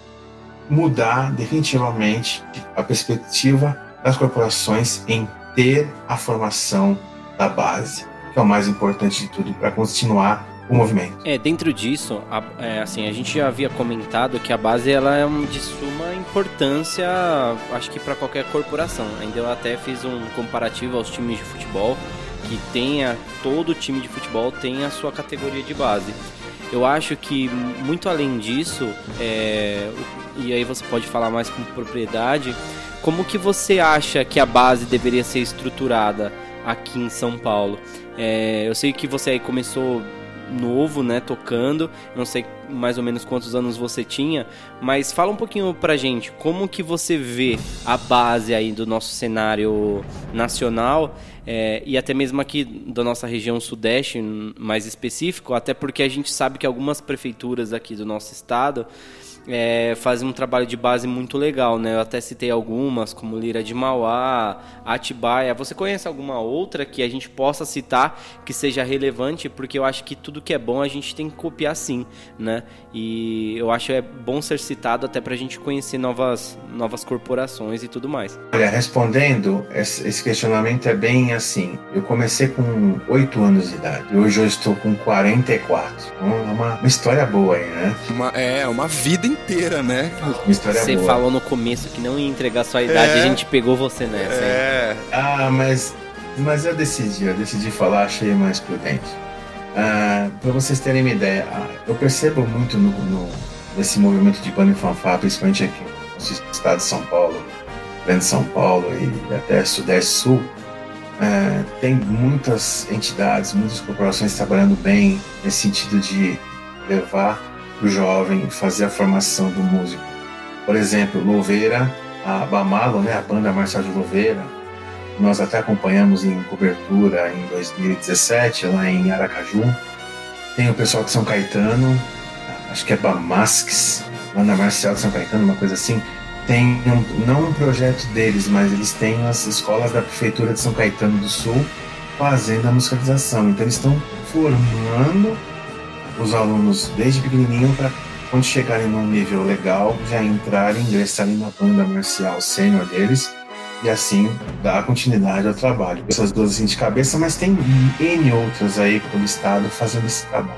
mudar definitivamente a perspectiva das corporações em ter a formação da base, que é o mais importante de tudo para continuar o movimento. É, dentro disso, a, é, assim, a gente já havia comentado que a base ela é de suma importância, acho que para qualquer corporação. Ainda eu até fiz um comparativo aos times de futebol, que tenha, todo time de futebol tem a sua categoria de base. Eu acho que, muito além disso, é, e aí você pode falar mais com propriedade, como que você acha que a base deveria ser estruturada aqui em São Paulo? É, eu sei que você aí começou novo, né, tocando, não sei mais ou menos quantos anos você tinha, mas fala um pouquinho pra gente, como que você vê a base aí do nosso cenário nacional, é, e até mesmo aqui da nossa região sudeste, mais específico, até porque a gente sabe que algumas prefeituras aqui do nosso estado É, fazem um trabalho de base muito legal, né? Eu até citei algumas, como Lira de Mauá, Atibaia. Você conhece alguma outra que a gente possa citar que seja relevante? Porque eu acho que tudo que é bom a gente tem que copiar sim, né? E eu acho é bom ser citado até pra gente conhecer novas, novas corporações e tudo mais. Olha, respondendo, esse questionamento é bem assim. Eu comecei com oito anos de idade e hoje eu estou com quarenta e quatro. Uma, uma história boa aí, né? Uma, é, uma vida inteira, né? Uma história você boa. falou no começo que não ia entregar sua idade, É. a gente pegou você nessa. É. Hein? Ah, mas, mas eu decidi, eu decidi falar, achei mais prudente. Ah, para vocês terem uma ideia, ah, eu percebo muito no, no, nesse movimento de banda e fanfarra, principalmente aqui no estado de São Paulo, Grande São Paulo e até Sudeste Sul, ah, tem muitas entidades, muitas corporações trabalhando bem nesse sentido de levar o jovem, fazer a formação do músico. Por exemplo, Louveira, a Bamalo, né, a banda Marcial de Louveira, nós até acompanhamos em cobertura em dois mil e dezessete, lá em Aracaju. Tem o pessoal de São Caetano, acho que é Bamasques, banda Marcial de São Caetano, uma coisa assim. Tem, um, não um projeto deles, mas eles têm as escolas da Prefeitura de São Caetano do Sul fazendo a musicalização. Então eles estão formando os alunos desde pequenininho para quando chegarem num nível legal já entrarem, ingressarem na banda marcial sênior deles e assim dar continuidade ao trabalho. Essas duas assim de cabeça, mas tem N outras aí pelo estado fazendo esse trabalho.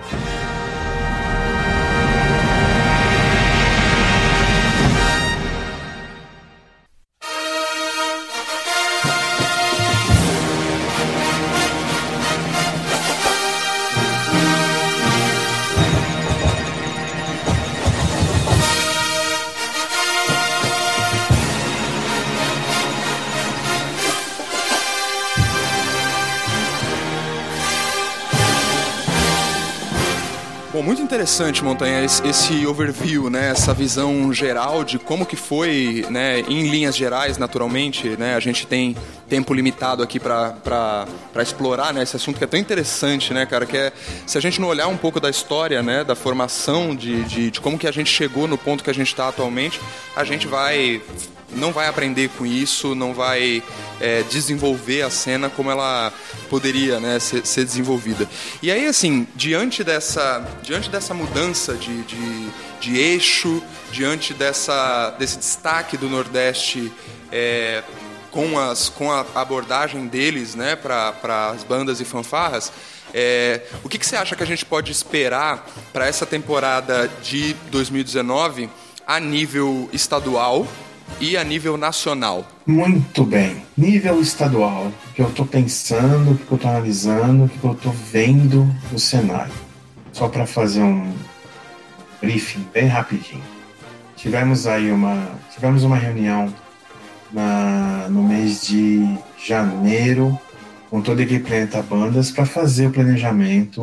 Bom, muito interessante, Montanha, esse, esse overview, né, essa visão geral de como que foi, né, em linhas gerais, naturalmente, né, a gente tem tempo limitado aqui para explorar, né, esse assunto que é tão interessante, né, cara, que é, se a gente não olhar um pouco da história, né, da formação, de, de, de como que a gente chegou no ponto que a gente está atualmente, a gente vai... não vai aprender com isso, não vai é, desenvolver a cena como ela poderia, né, ser, ser desenvolvida. E aí, assim, diante dessa, diante dessa mudança de, de, de eixo, diante dessa, desse destaque do Nordeste é, com, as, com a abordagem deles, né, para as bandas e fanfarras, é, o que, que você acha que a gente pode esperar para essa temporada de dois mil e dezenove a nível estadual e a nível nacional? Muito bem. Nível estadual, o que eu estou pensando, o que eu estou analisando, o que eu estou vendo no cenário. Só para fazer um briefing bem rapidinho. Tivemos aí uma, tivemos uma reunião na, no mês de janeiro com toda a equipe Planeta Bandas para fazer o planejamento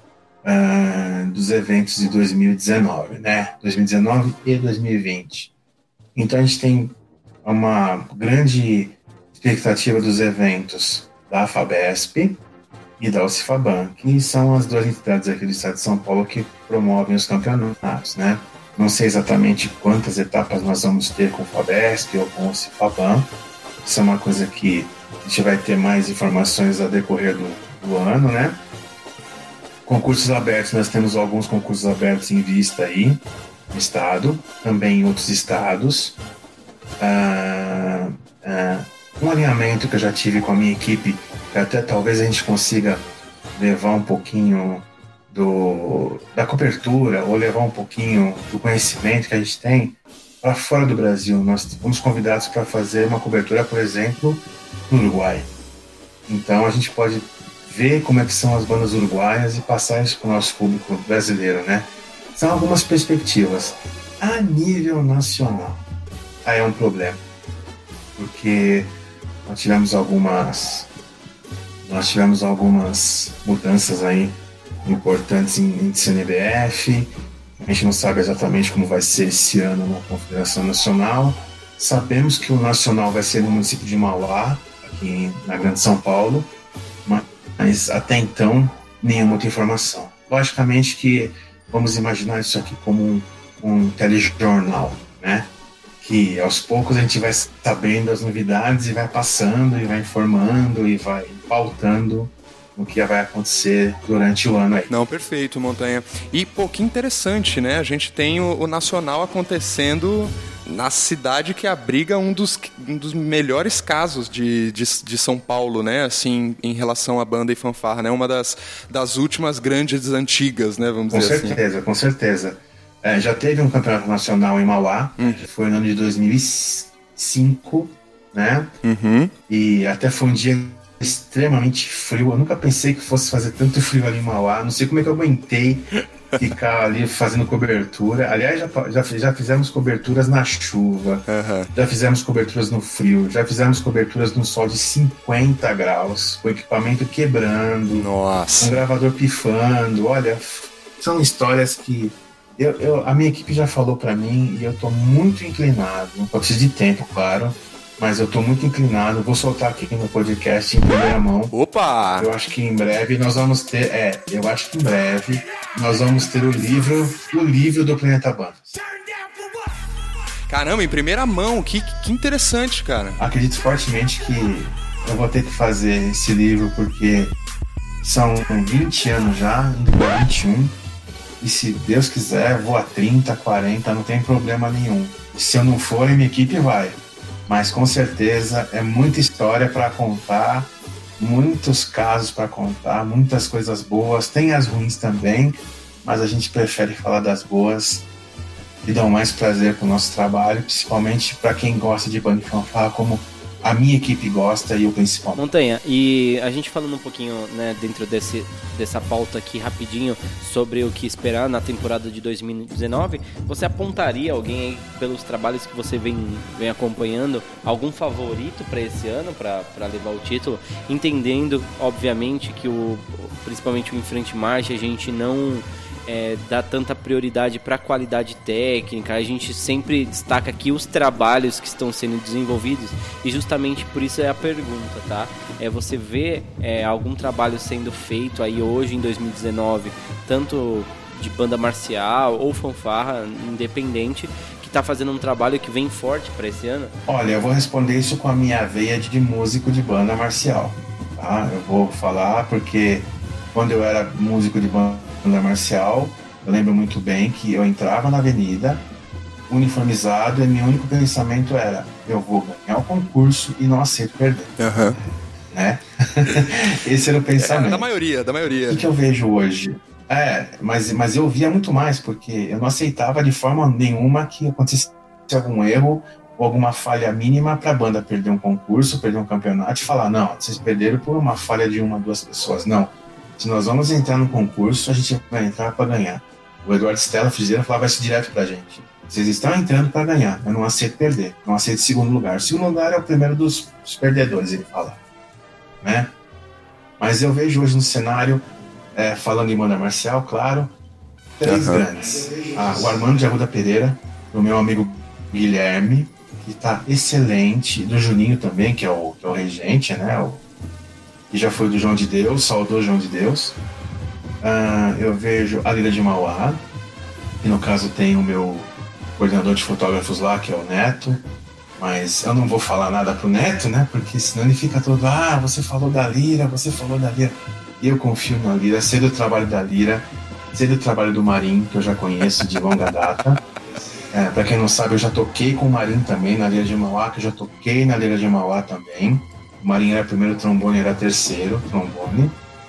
uh, dos eventos de dois mil e dezenove, né? dois mil e dezenove e dois mil e vinte. Então a gente tem uma grande expectativa dos eventos da FABESP e da UciFaban, que são as duas entidades aqui do estado de São Paulo que promovem os campeonatos, né? Não sei exatamente quantas etapas nós vamos ter com o FABESP ou com o UciFaban. Isso é uma coisa que a gente vai ter mais informações a decorrer do, do ano, né? Concursos abertos, nós temos alguns concursos abertos em vista aí no estado, também em outros estados. Ah, ah, um alinhamento que eu já tive com a minha equipe, que até talvez a gente consiga levar um pouquinho do, da cobertura ou levar um pouquinho do conhecimento que a gente tem para fora do Brasil. Nós fomos convidados para fazer uma cobertura, por exemplo, no Uruguai. Então a gente pode ver como é que são as bandas uruguaias e passar isso para o nosso público brasileiro, né? São algumas perspectivas. A nível nacional, aí é um problema, porque nós tivemos algumas nós tivemos algumas mudanças aí importantes em, em C N B F. A gente não sabe exatamente como vai ser esse ano na Confederação Nacional. Sabemos que o nacional vai ser no município de Mauá, aqui aqui na Grande São Paulo, mas até então nenhuma outra informação. Logicamente que vamos imaginar isso aqui como um, um telejornal, né? Que aos poucos a gente vai sabendo as novidades e vai passando e vai informando e vai pautando o que vai acontecer durante o ano aí. Não, perfeito, Montanha. E, pô, que interessante, né? A gente tem o, o Nacional acontecendo na cidade que abriga um dos, um dos melhores casos de, de, de São Paulo, né? Assim, em relação à banda e fanfarra, né? Uma das, das últimas grandes antigas, né? Vamos com dizer certeza, assim. Com certeza, com certeza. É, já teve um campeonato nacional em Mauá, hum. que foi no ano de dois mil e cinco, né? Uhum. E até foi um dia extremamente frio. Eu nunca pensei que fosse fazer tanto frio ali em Mauá. Não sei como é que eu aguentei ficar ali fazendo cobertura. Aliás, já, já, já fizemos coberturas na chuva, uhum. já fizemos coberturas no frio, já fizemos coberturas no sol de cinquenta graus, com o equipamento quebrando, Nossa. com o gravador pifando. Olha, são histórias que eu, eu, a minha equipe já falou pra mim e eu tô muito inclinado. Eu preciso de tempo, claro. Mas eu tô muito inclinado, vou soltar aqui no podcast em primeira mão. Opa! Eu acho que em breve nós vamos ter, é, eu acho que em breve nós vamos ter o livro, o livro do Planeta Bandas. Caramba, em primeira mão, que, que interessante, cara. Acredito fortemente que eu vou ter que fazer esse livro porque são vinte anos já, indo para vinte e um, e se Deus quiser, vou a trinta, quarenta, não tem problema nenhum. E se eu não for, minha equipe vai. Mas com certeza é muita história para contar, muitos casos para contar, muitas coisas boas, tem as ruins também, mas a gente prefere falar das boas que dão mais prazer para o nosso trabalho, principalmente para quem gosta de banda e fanfarra, como a minha equipe gosta e eu principalmente. Montanha, e a gente falando um pouquinho, né, dentro desse, dessa pauta aqui rapidinho sobre o que esperar na temporada de dois mil e dezenove, você apontaria alguém aí pelos trabalhos que você vem, vem acompanhando, algum favorito para esse ano, para levar o título, entendendo, obviamente, que o, principalmente o Em Frente Marcha, a gente não... É, dá tanta prioridade para a qualidade técnica, a gente sempre destaca aqui os trabalhos que estão sendo desenvolvidos e justamente por isso é a pergunta, tá? É, você vê é, algum trabalho sendo feito aí hoje em dois mil e dezenove, tanto de banda marcial ou fanfarra independente, que está fazendo um trabalho que vem forte para esse ano? Olha, eu vou responder isso com a minha veia de músico de banda marcial, tá? Eu vou falar porque quando eu era músico de banda banda marcial, eu lembro muito bem que eu entrava na avenida uniformizado e meu único pensamento era: eu vou ganhar o concurso e não aceito perder. Uhum. Né? Esse era o pensamento. É, da maioria, da maioria. O que, que eu vejo hoje? É, mas, mas eu via muito mais, porque eu não aceitava de forma nenhuma que acontecesse algum erro ou alguma falha mínima para a banda perder um concurso, perder um campeonato e falar: não, vocês perderam por uma falha de uma, duas pessoas. Não. Se nós vamos entrar no concurso, a gente vai entrar para ganhar. O Eduardo Stella Frigideira falava isso direto pra gente: vocês estão entrando para ganhar, eu não aceito perder, não aceito segundo lugar. O segundo lugar é o primeiro dos, dos perdedores, ele fala, né? Mas eu vejo hoje no cenário, é, falando em banda marcial, claro, três uhum. grandes. Ah, o Armando de Arruda Pereira, o meu amigo Guilherme, que tá excelente, do Juninho também, que é o, que é o regente, né? O, que já foi do João de Deus, saudou João de Deus. Uh, eu vejo a Lira de Mauá, que no caso tem o meu coordenador de fotógrafos lá, que é o Neto, mas eu não vou falar nada pro Neto, né, porque senão ele fica todo: ah, você falou da Lira, você falou da Lira. E eu confio na Lira, sei do trabalho da Lira, sei do trabalho do Marim, que eu já conheço de longa data. É, pra quem não sabe, eu já toquei com o Marim também na Lira de Mauá, que eu já toquei na Lira de Mauá também. O Marinho era primeiro trombone, era terceiro trombone.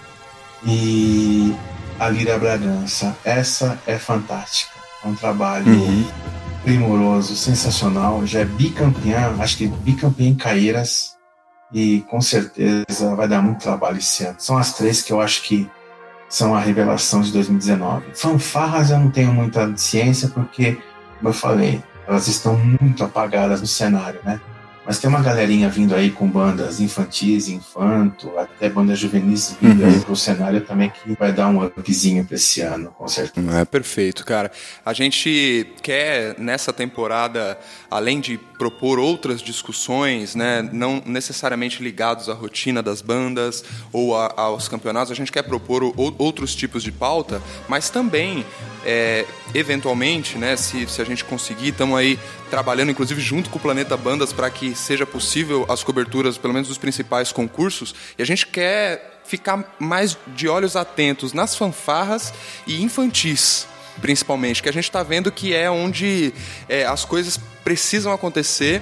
E a Lira Bragança, essa é fantástica. É um trabalho uhum. primoroso, sensacional. Já é bicampeã, acho que bicampeã em Caeiras. E com certeza vai dar muito trabalho esse ano. São as três que eu acho que são a revelação de dois mil e dezenove. Fanfarras eu não tenho muita ciência porque, como eu falei, elas estão muito apagadas no cenário, né? Mas tem uma galerinha vindo aí com bandas infantis, infanto, até bandas juvenis vindo uhum. aí pro cenário também, que vai dar um upzinho pra esse ano, com certeza. É perfeito, cara. A gente quer, nessa temporada, além de propor outras discussões, né, não necessariamente ligados à rotina das bandas ou a, aos campeonatos. A gente quer propor o, outros tipos de pauta, mas também, é, eventualmente, né, se, se a gente conseguir, estamos aí trabalhando, inclusive, junto com o Planeta Bandas para que seja possível as coberturas, pelo menos dos principais concursos, e a gente quer ficar mais de olhos atentos nas fanfarras e infantis, principalmente, que a gente está vendo que é onde é, as coisas precisam acontecer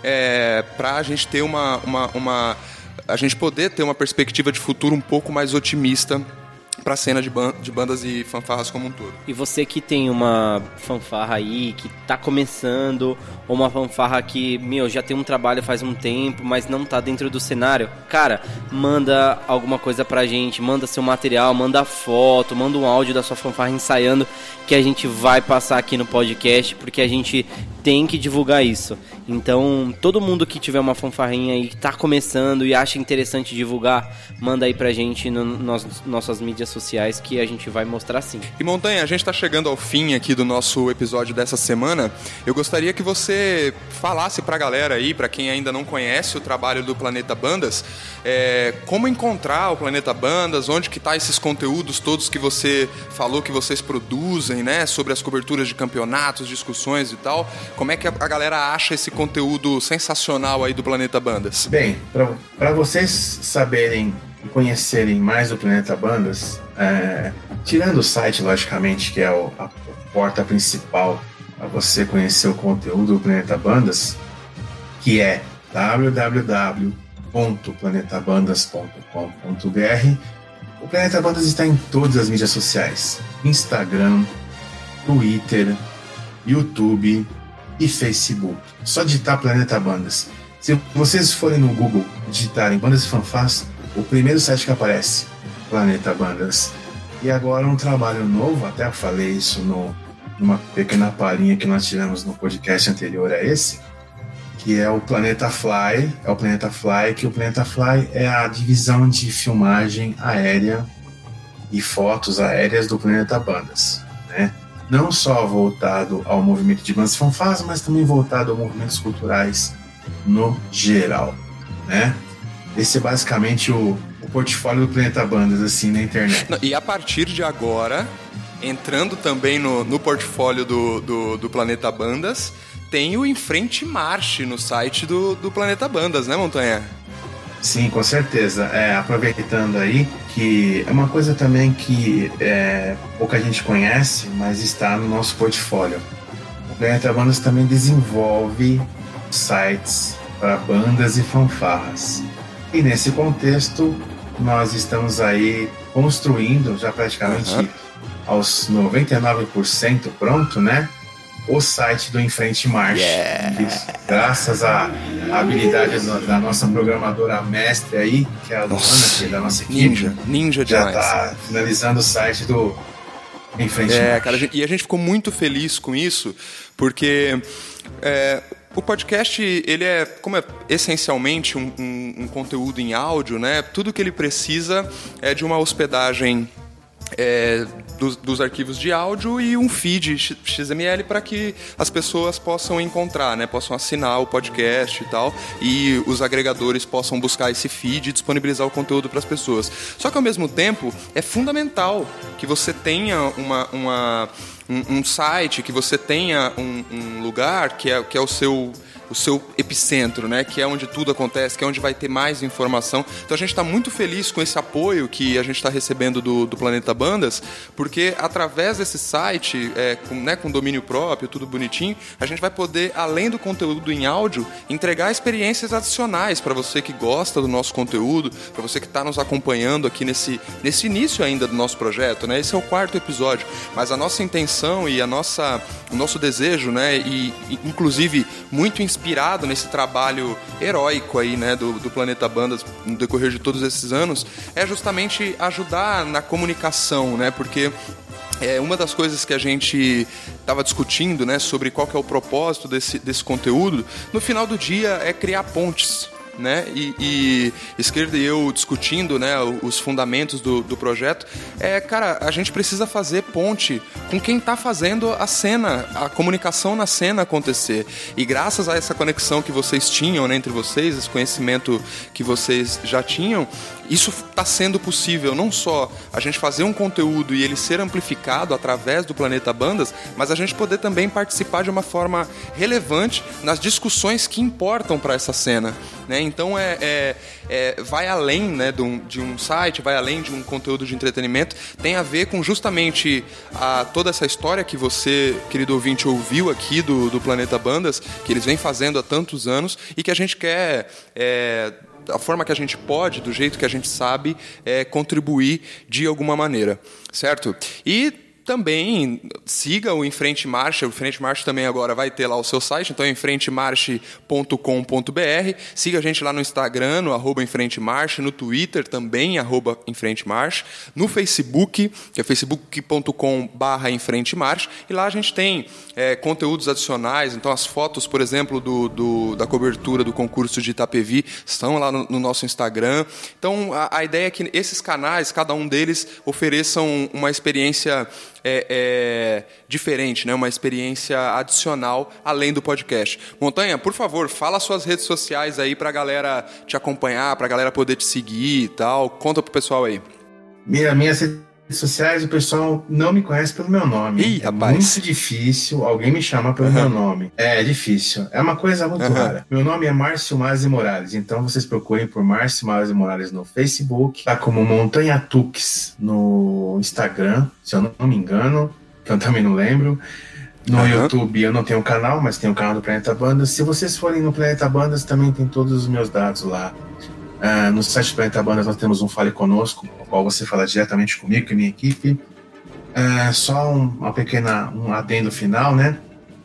é, para a gente ter uma, uma, uma... a gente poder ter uma perspectiva de futuro um pouco mais otimista para a cena de, ban- de bandas e fanfarras como um todo. E você que tem uma fanfarra aí, que tá começando, ou uma fanfarra que, meu, já tem um trabalho faz um tempo, mas não tá dentro do cenário, cara, manda alguma coisa pra gente, manda seu material, manda foto, manda um áudio da sua fanfarra ensaiando, que a gente vai passar aqui no podcast, porque a gente tem que divulgar isso. Então, todo mundo que tiver uma fanfarrinha aí, que tá começando e acha interessante divulgar, manda aí pra gente no, nas nossas mídias sociais, que a gente vai mostrar sim. E Montanha, a gente tá chegando ao fim aqui do nosso episódio dessa semana. Eu gostaria que você falasse pra galera aí, pra quem ainda não conhece o trabalho do Planeta Bandas, é, como encontrar o Planeta Bandas, onde que tá esses conteúdos todos que você falou que vocês produzem, né, sobre as coberturas de campeonatos, discussões e tal. Como é que a galera acha esse conteúdo sensacional aí do Planeta Bandas? Bem, para vocês saberem e conhecerem mais o Planeta Bandas, é, tirando o site, logicamente, que é o, a porta principal para você conhecer o conteúdo do Planeta Bandas, que é w w w ponto planeta bandas ponto com ponto b r. O Planeta Bandas está em todas as mídias sociais: Instagram, Twitter, YouTube e Facebook. Só digitar Planeta Bandas. Se vocês forem no Google digitarem Bandas e Fanfarras, o primeiro site que aparece, Planeta Bandas. E agora um trabalho novo, até eu falei isso no, numa pequena palhinha que nós tivemos no podcast anterior a esse, que é o Planeta Fly. É o Planeta Fly, que o Planeta Fly é a divisão de filmagem aérea e fotos aéreas do Planeta Bandas, né? Não só voltado ao movimento de bandas e fanfarras, mas também voltado a movimentos culturais no geral, né? Esse é basicamente o, o portfólio do Planeta Bandas, assim, na internet. E a partir de agora, entrando também no, no portfólio do, do, do Planeta Bandas, tem o Em Frente Marche no site do, do Planeta Bandas, né, Montanha? Sim, com certeza. É, aproveitando aí, que é uma coisa também que é, pouca gente conhece, mas está no nosso portfólio. O Planeta Bandas também desenvolve sites para bandas e fanfarras. E nesse contexto, nós estamos aí construindo, já praticamente uhum. aos noventa e nove por cento pronto, né? O site do Em Frente Marche. Yeah. Graças à habilidade da nossa programadora mestre aí, que é a Luana, que é da nossa equipe. Ninja, ninja demais. Já está finalizando o site do Em Frente é, Marche. Cara, e a gente ficou muito feliz com isso, porque é, o podcast, ele é, como é essencialmente um, um, um conteúdo em áudio, né? Tudo que ele precisa é de uma hospedagem É, dos, dos arquivos de áudio e um feed X M L para que as pessoas possam encontrar, né? Possam assinar o podcast e tal, e os agregadores possam buscar esse feed e disponibilizar o conteúdo para as pessoas. Só que ao mesmo tempo é fundamental que você tenha uma, uma, um, um site, que você tenha um, um lugar que é, que é o seu... o seu epicentro, né? Que é onde tudo acontece, que é onde vai ter mais informação. Então a gente está muito feliz com esse apoio que a gente está recebendo do, do Planeta Bandas, porque através desse site, é, com, né, com domínio próprio, tudo bonitinho, a gente vai poder, além do conteúdo em áudio, entregar experiências adicionais para você que gosta do nosso conteúdo, para você que está nos acompanhando aqui nesse, nesse início ainda do nosso projeto, né? Esse é o quarto episódio, mas a nossa intenção e a nossa, o nosso desejo, né? E, e inclusive muito inspirado inspirado nesse trabalho heróico aí, né, do, do Planeta Bandas no decorrer de todos esses anos, é justamente ajudar na comunicação, né, porque é uma das coisas que a gente estava discutindo, né, sobre qual que é o propósito desse, desse conteúdo, no final do dia é criar pontes, né? E, e Esquerda e eu discutindo, né, os fundamentos do, do projeto. É, cara, a gente precisa fazer ponte com quem está fazendo a cena, a comunicação na cena acontecer. E graças a essa conexão que vocês tinham, né, entre vocês, esse conhecimento que vocês já tinham, isso está sendo possível, não só a gente fazer um conteúdo e ele ser amplificado através do Planeta Bandas, mas a gente poder também participar de uma forma relevante nas discussões que importam para essa cena, né? Então é, é, é, vai além, né, de, um, de um site, vai além de um conteúdo de entretenimento, tem a ver com justamente a, toda essa história que você, querido ouvinte, ouviu aqui do, do Planeta Bandas, que eles vêm fazendo há tantos anos e que a gente quer... É, da forma que a gente pode, do jeito que a gente sabe, é, contribuir de alguma maneira, certo? E também siga o Em Frente Marcha. O Em Frente Marcha também agora vai ter lá o seu site, então é em frente marche ponto com ponto b r. Siga a gente lá no Instagram, no arroba Em Frente Marcha, no Twitter também, arroba Em Frente Marcha, no Facebook, que é facebook ponto com barra Em Frente Marcha, e lá a gente tem é, conteúdos adicionais. Então as fotos, por exemplo, do, do, da cobertura do concurso de Itapevi estão lá no, no nosso Instagram. Então a, a ideia é que esses canais, cada um deles, ofereçam uma experiência É, é, diferente, né? Uma experiência adicional além do podcast. Montanha, por favor, fala suas redes sociais aí pra galera te acompanhar, pra galera poder te seguir e tal. Conta pro pessoal aí. Minha, minhas redes sociais, o pessoal não me conhece pelo meu nome. Ih, é rapaz. muito difícil alguém me chamar pelo uhum. meu nome. É, é difícil. É uma coisa muito uhum. rara. Meu nome é Márcio Mazzi Morales, então vocês procurem por Márcio Mazzi Morales no Facebook, tá como Montanha Tux no Instagram, se eu não me engano, que eu também não lembro. No uhum. YouTube eu não tenho canal, mas tenho o canal do Planeta Bandas. Se vocês forem no Planeta Bandas, também tem todos os meus dados lá. Uh, no site do Planeta Bandas nós temos um Fale Conosco, no qual você fala diretamente comigo e minha equipe. Uh, só um, uma pequena um adendo final, né?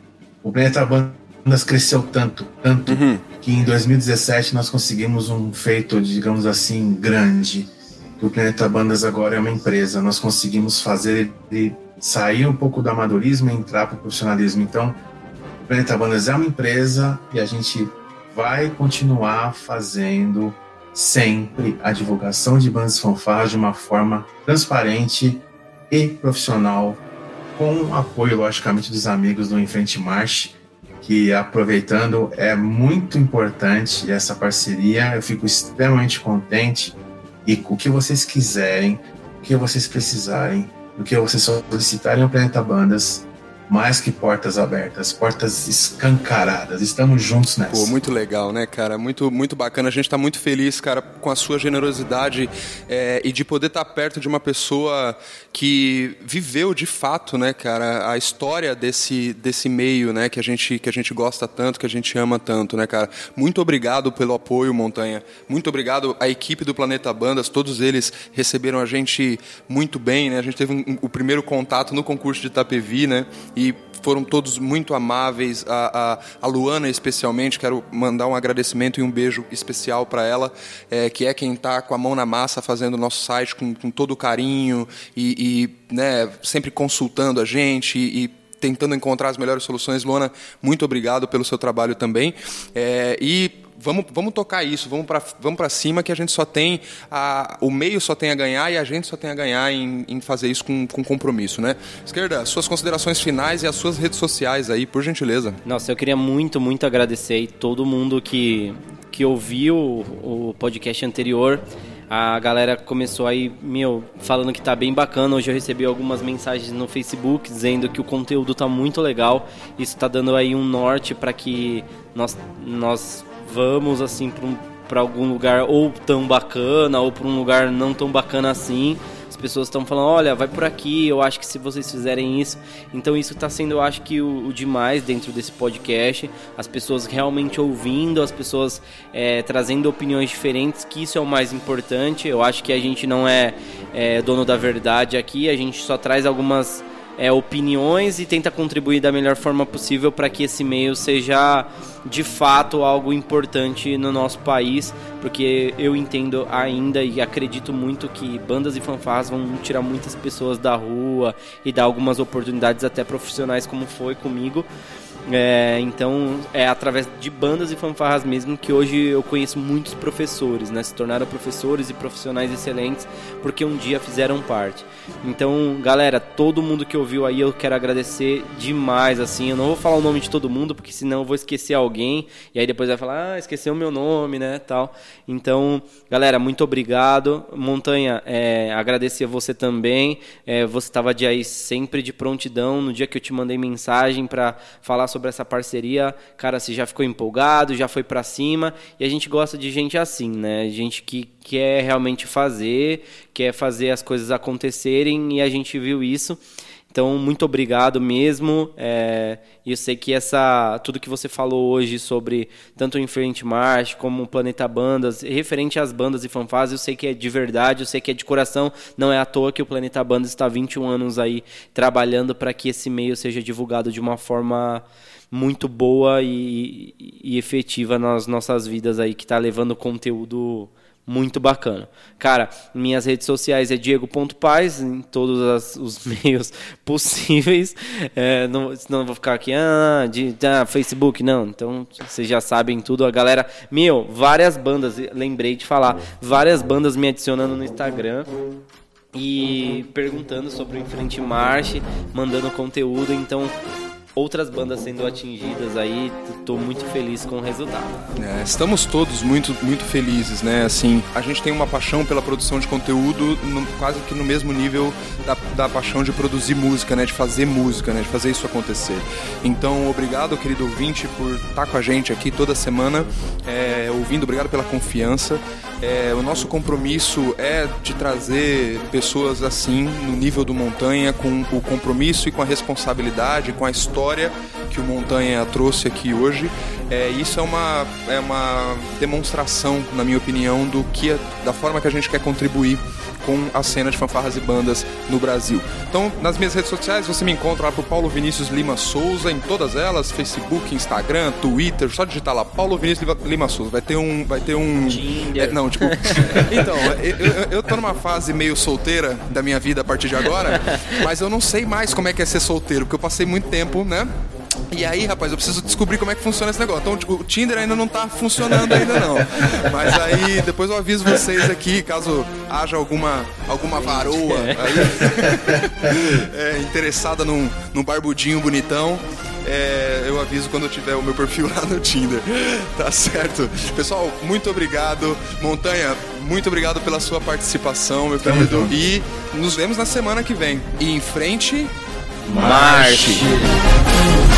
O Planeta Bandas cresceu tanto, tanto, uhum. que em dois mil e dezessete nós conseguimos um feito, digamos assim, grande. O Planeta Bandas agora é uma empresa. Nós conseguimos fazer ele sair um pouco do amadorismo e entrar para o profissionalismo. Então, o Planeta Bandas é uma empresa e a gente vai continuar fazendo sempre a divulgação de bandas e fanfarras de uma forma transparente e profissional, com o apoio, logicamente, dos amigos do Em Frente Marche, que, aproveitando, é muito importante essa parceria. Eu fico extremamente contente e o que vocês quiserem, o que vocês precisarem, o que vocês solicitarem ao Planeta Bandas, mais que portas abertas, portas escancaradas. Estamos juntos nessa. Pô, muito legal, né, cara? Muito, muito bacana. A gente tá muito feliz, cara, com a sua generosidade é, e de poder estar tá perto de uma pessoa que viveu de fato, né, cara, a história desse, desse meio, né, que a gente, que a gente gosta tanto, que a gente ama tanto, né, cara? Muito obrigado pelo apoio, Montanha. Muito obrigado à equipe do Planeta Bandas. Todos eles receberam a gente muito bem, né? A gente teve um, um, o primeiro contato no concurso de Itapevi, né? E foram todos muito amáveis, a, a, a Luana especialmente, quero mandar um agradecimento e um beijo especial para ela, é, que é quem está com a mão na massa fazendo o nosso site com, com todo o carinho e, e né, sempre consultando a gente e, e tentando encontrar as melhores soluções. Luana, muito obrigado pelo seu trabalho também. É, e Vamos, vamos tocar isso, vamos para vamos para cima, que a gente só tem, a, o meio só tem a ganhar e a gente só tem a ganhar em, em fazer isso com, com compromisso, né? Esquerda, suas considerações finais e as suas redes sociais aí, por gentileza. Nossa, eu queria muito, muito agradecer todo mundo que, que ouviu o, o podcast anterior. A galera começou aí, meu, falando que tá bem bacana. Hoje eu recebi algumas mensagens no Facebook dizendo que o conteúdo tá muito legal. Isso tá dando aí um norte para que nós... nós vamos assim para um, para algum lugar ou tão bacana ou para um lugar não tão bacana assim. As pessoas estão falando, olha, vai por aqui, eu acho que se vocês fizerem isso. Então isso está sendo, eu acho que o, o demais dentro desse podcast. As pessoas realmente ouvindo, as pessoas é, trazendo opiniões diferentes, que isso é o mais importante. Eu acho que a gente não é, é dono da verdade aqui, a gente só traz algumas É, opiniões e tenta contribuir da melhor forma possível para que esse meio seja de fato algo importante no nosso país, porque eu entendo ainda e acredito muito que bandas e fanfarras vão tirar muitas pessoas da rua e dar algumas oportunidades até profissionais, como foi comigo. É, então é através de bandas e fanfarras mesmo que hoje eu conheço muitos professores, né? Se tornaram professores e profissionais excelentes porque um dia fizeram parte. Então, galera, todo mundo que ouviu aí eu quero agradecer demais, assim. Eu não vou falar o nome de todo mundo porque senão eu vou esquecer alguém e aí depois vai falar, ah, esqueceu o meu nome, né, tal. Então, galera, muito obrigado. Montanha, é, agradecer a você também. É, você estava de aí sempre de prontidão no dia que eu te mandei mensagem para falar sobre sobre essa parceria, cara, você já ficou empolgado, já foi pra cima, e a gente gosta de gente assim, né, gente que quer realmente fazer, quer fazer as coisas acontecerem, e a gente viu isso. Então, muito obrigado mesmo, é, e eu sei que essa, tudo que você falou hoje sobre tanto o Infrente March como o Planeta Bandas, referente às bandas e fanfarras, eu sei que é de verdade, eu sei que é de coração, não é à toa que o Planeta Bandas está há vinte e um anos aí trabalhando para que esse meio seja divulgado de uma forma muito boa e, e efetiva nas nossas vidas aí, que está levando conteúdo muito bacana. Cara, minhas redes sociais é diego ponto paz em todos as, os meios possíveis. É, não, senão eu vou ficar aqui, ah, de, ah, Facebook, não. Então, vocês já sabem tudo. A galera, meu, várias bandas, lembrei de falar, várias bandas me adicionando no Instagram e perguntando sobre o Infrente March, mandando conteúdo. Então, outras bandas sendo atingidas aí, tô muito feliz com o resultado. É, estamos todos muito, muito felizes, né? Assim, a gente tem uma paixão pela produção de conteúdo no, quase que no mesmo nível da, da paixão de produzir música, né? De fazer música, né? De fazer isso acontecer. Então, obrigado, querido ouvinte, por estar com a gente aqui toda semana, é, ouvindo. Obrigado pela confiança. É, o nosso compromisso é de trazer pessoas assim, no nível do Montanha, com o compromisso e com a responsabilidade, com a história que o Montanha trouxe aqui hoje. É, isso é uma, é uma demonstração, na minha opinião, do que é, da forma que a gente quer contribuir com a cena de fanfarras e bandas no Brasil. Então, nas minhas redes sociais, você me encontra lá por Paulo Vinícius Lima Souza, em todas elas, Facebook, Instagram, Twitter, só digitar lá, Paulo Vinícius Lima Souza. Vai ter um... Vai ter um Tinder. É, não, tipo... Então, eu, eu, eu tô numa fase meio solteira da minha vida a partir de agora, mas eu não sei mais como é que é ser solteiro, porque eu passei muito tempo, né? E aí, rapaz, eu preciso descobrir como é que funciona esse negócio. Então, o Tinder ainda não tá funcionando ainda não. Mas aí, depois eu aviso vocês aqui, caso haja alguma, alguma varoa aí, é, interessada num, num barbudinho bonitão. É, eu aviso quando eu tiver o meu perfil lá no Tinder. Tá certo? Pessoal, muito obrigado. Montanha, muito obrigado pela sua participação, meu querido. E nos vemos na semana que vem. E em frente... Marche!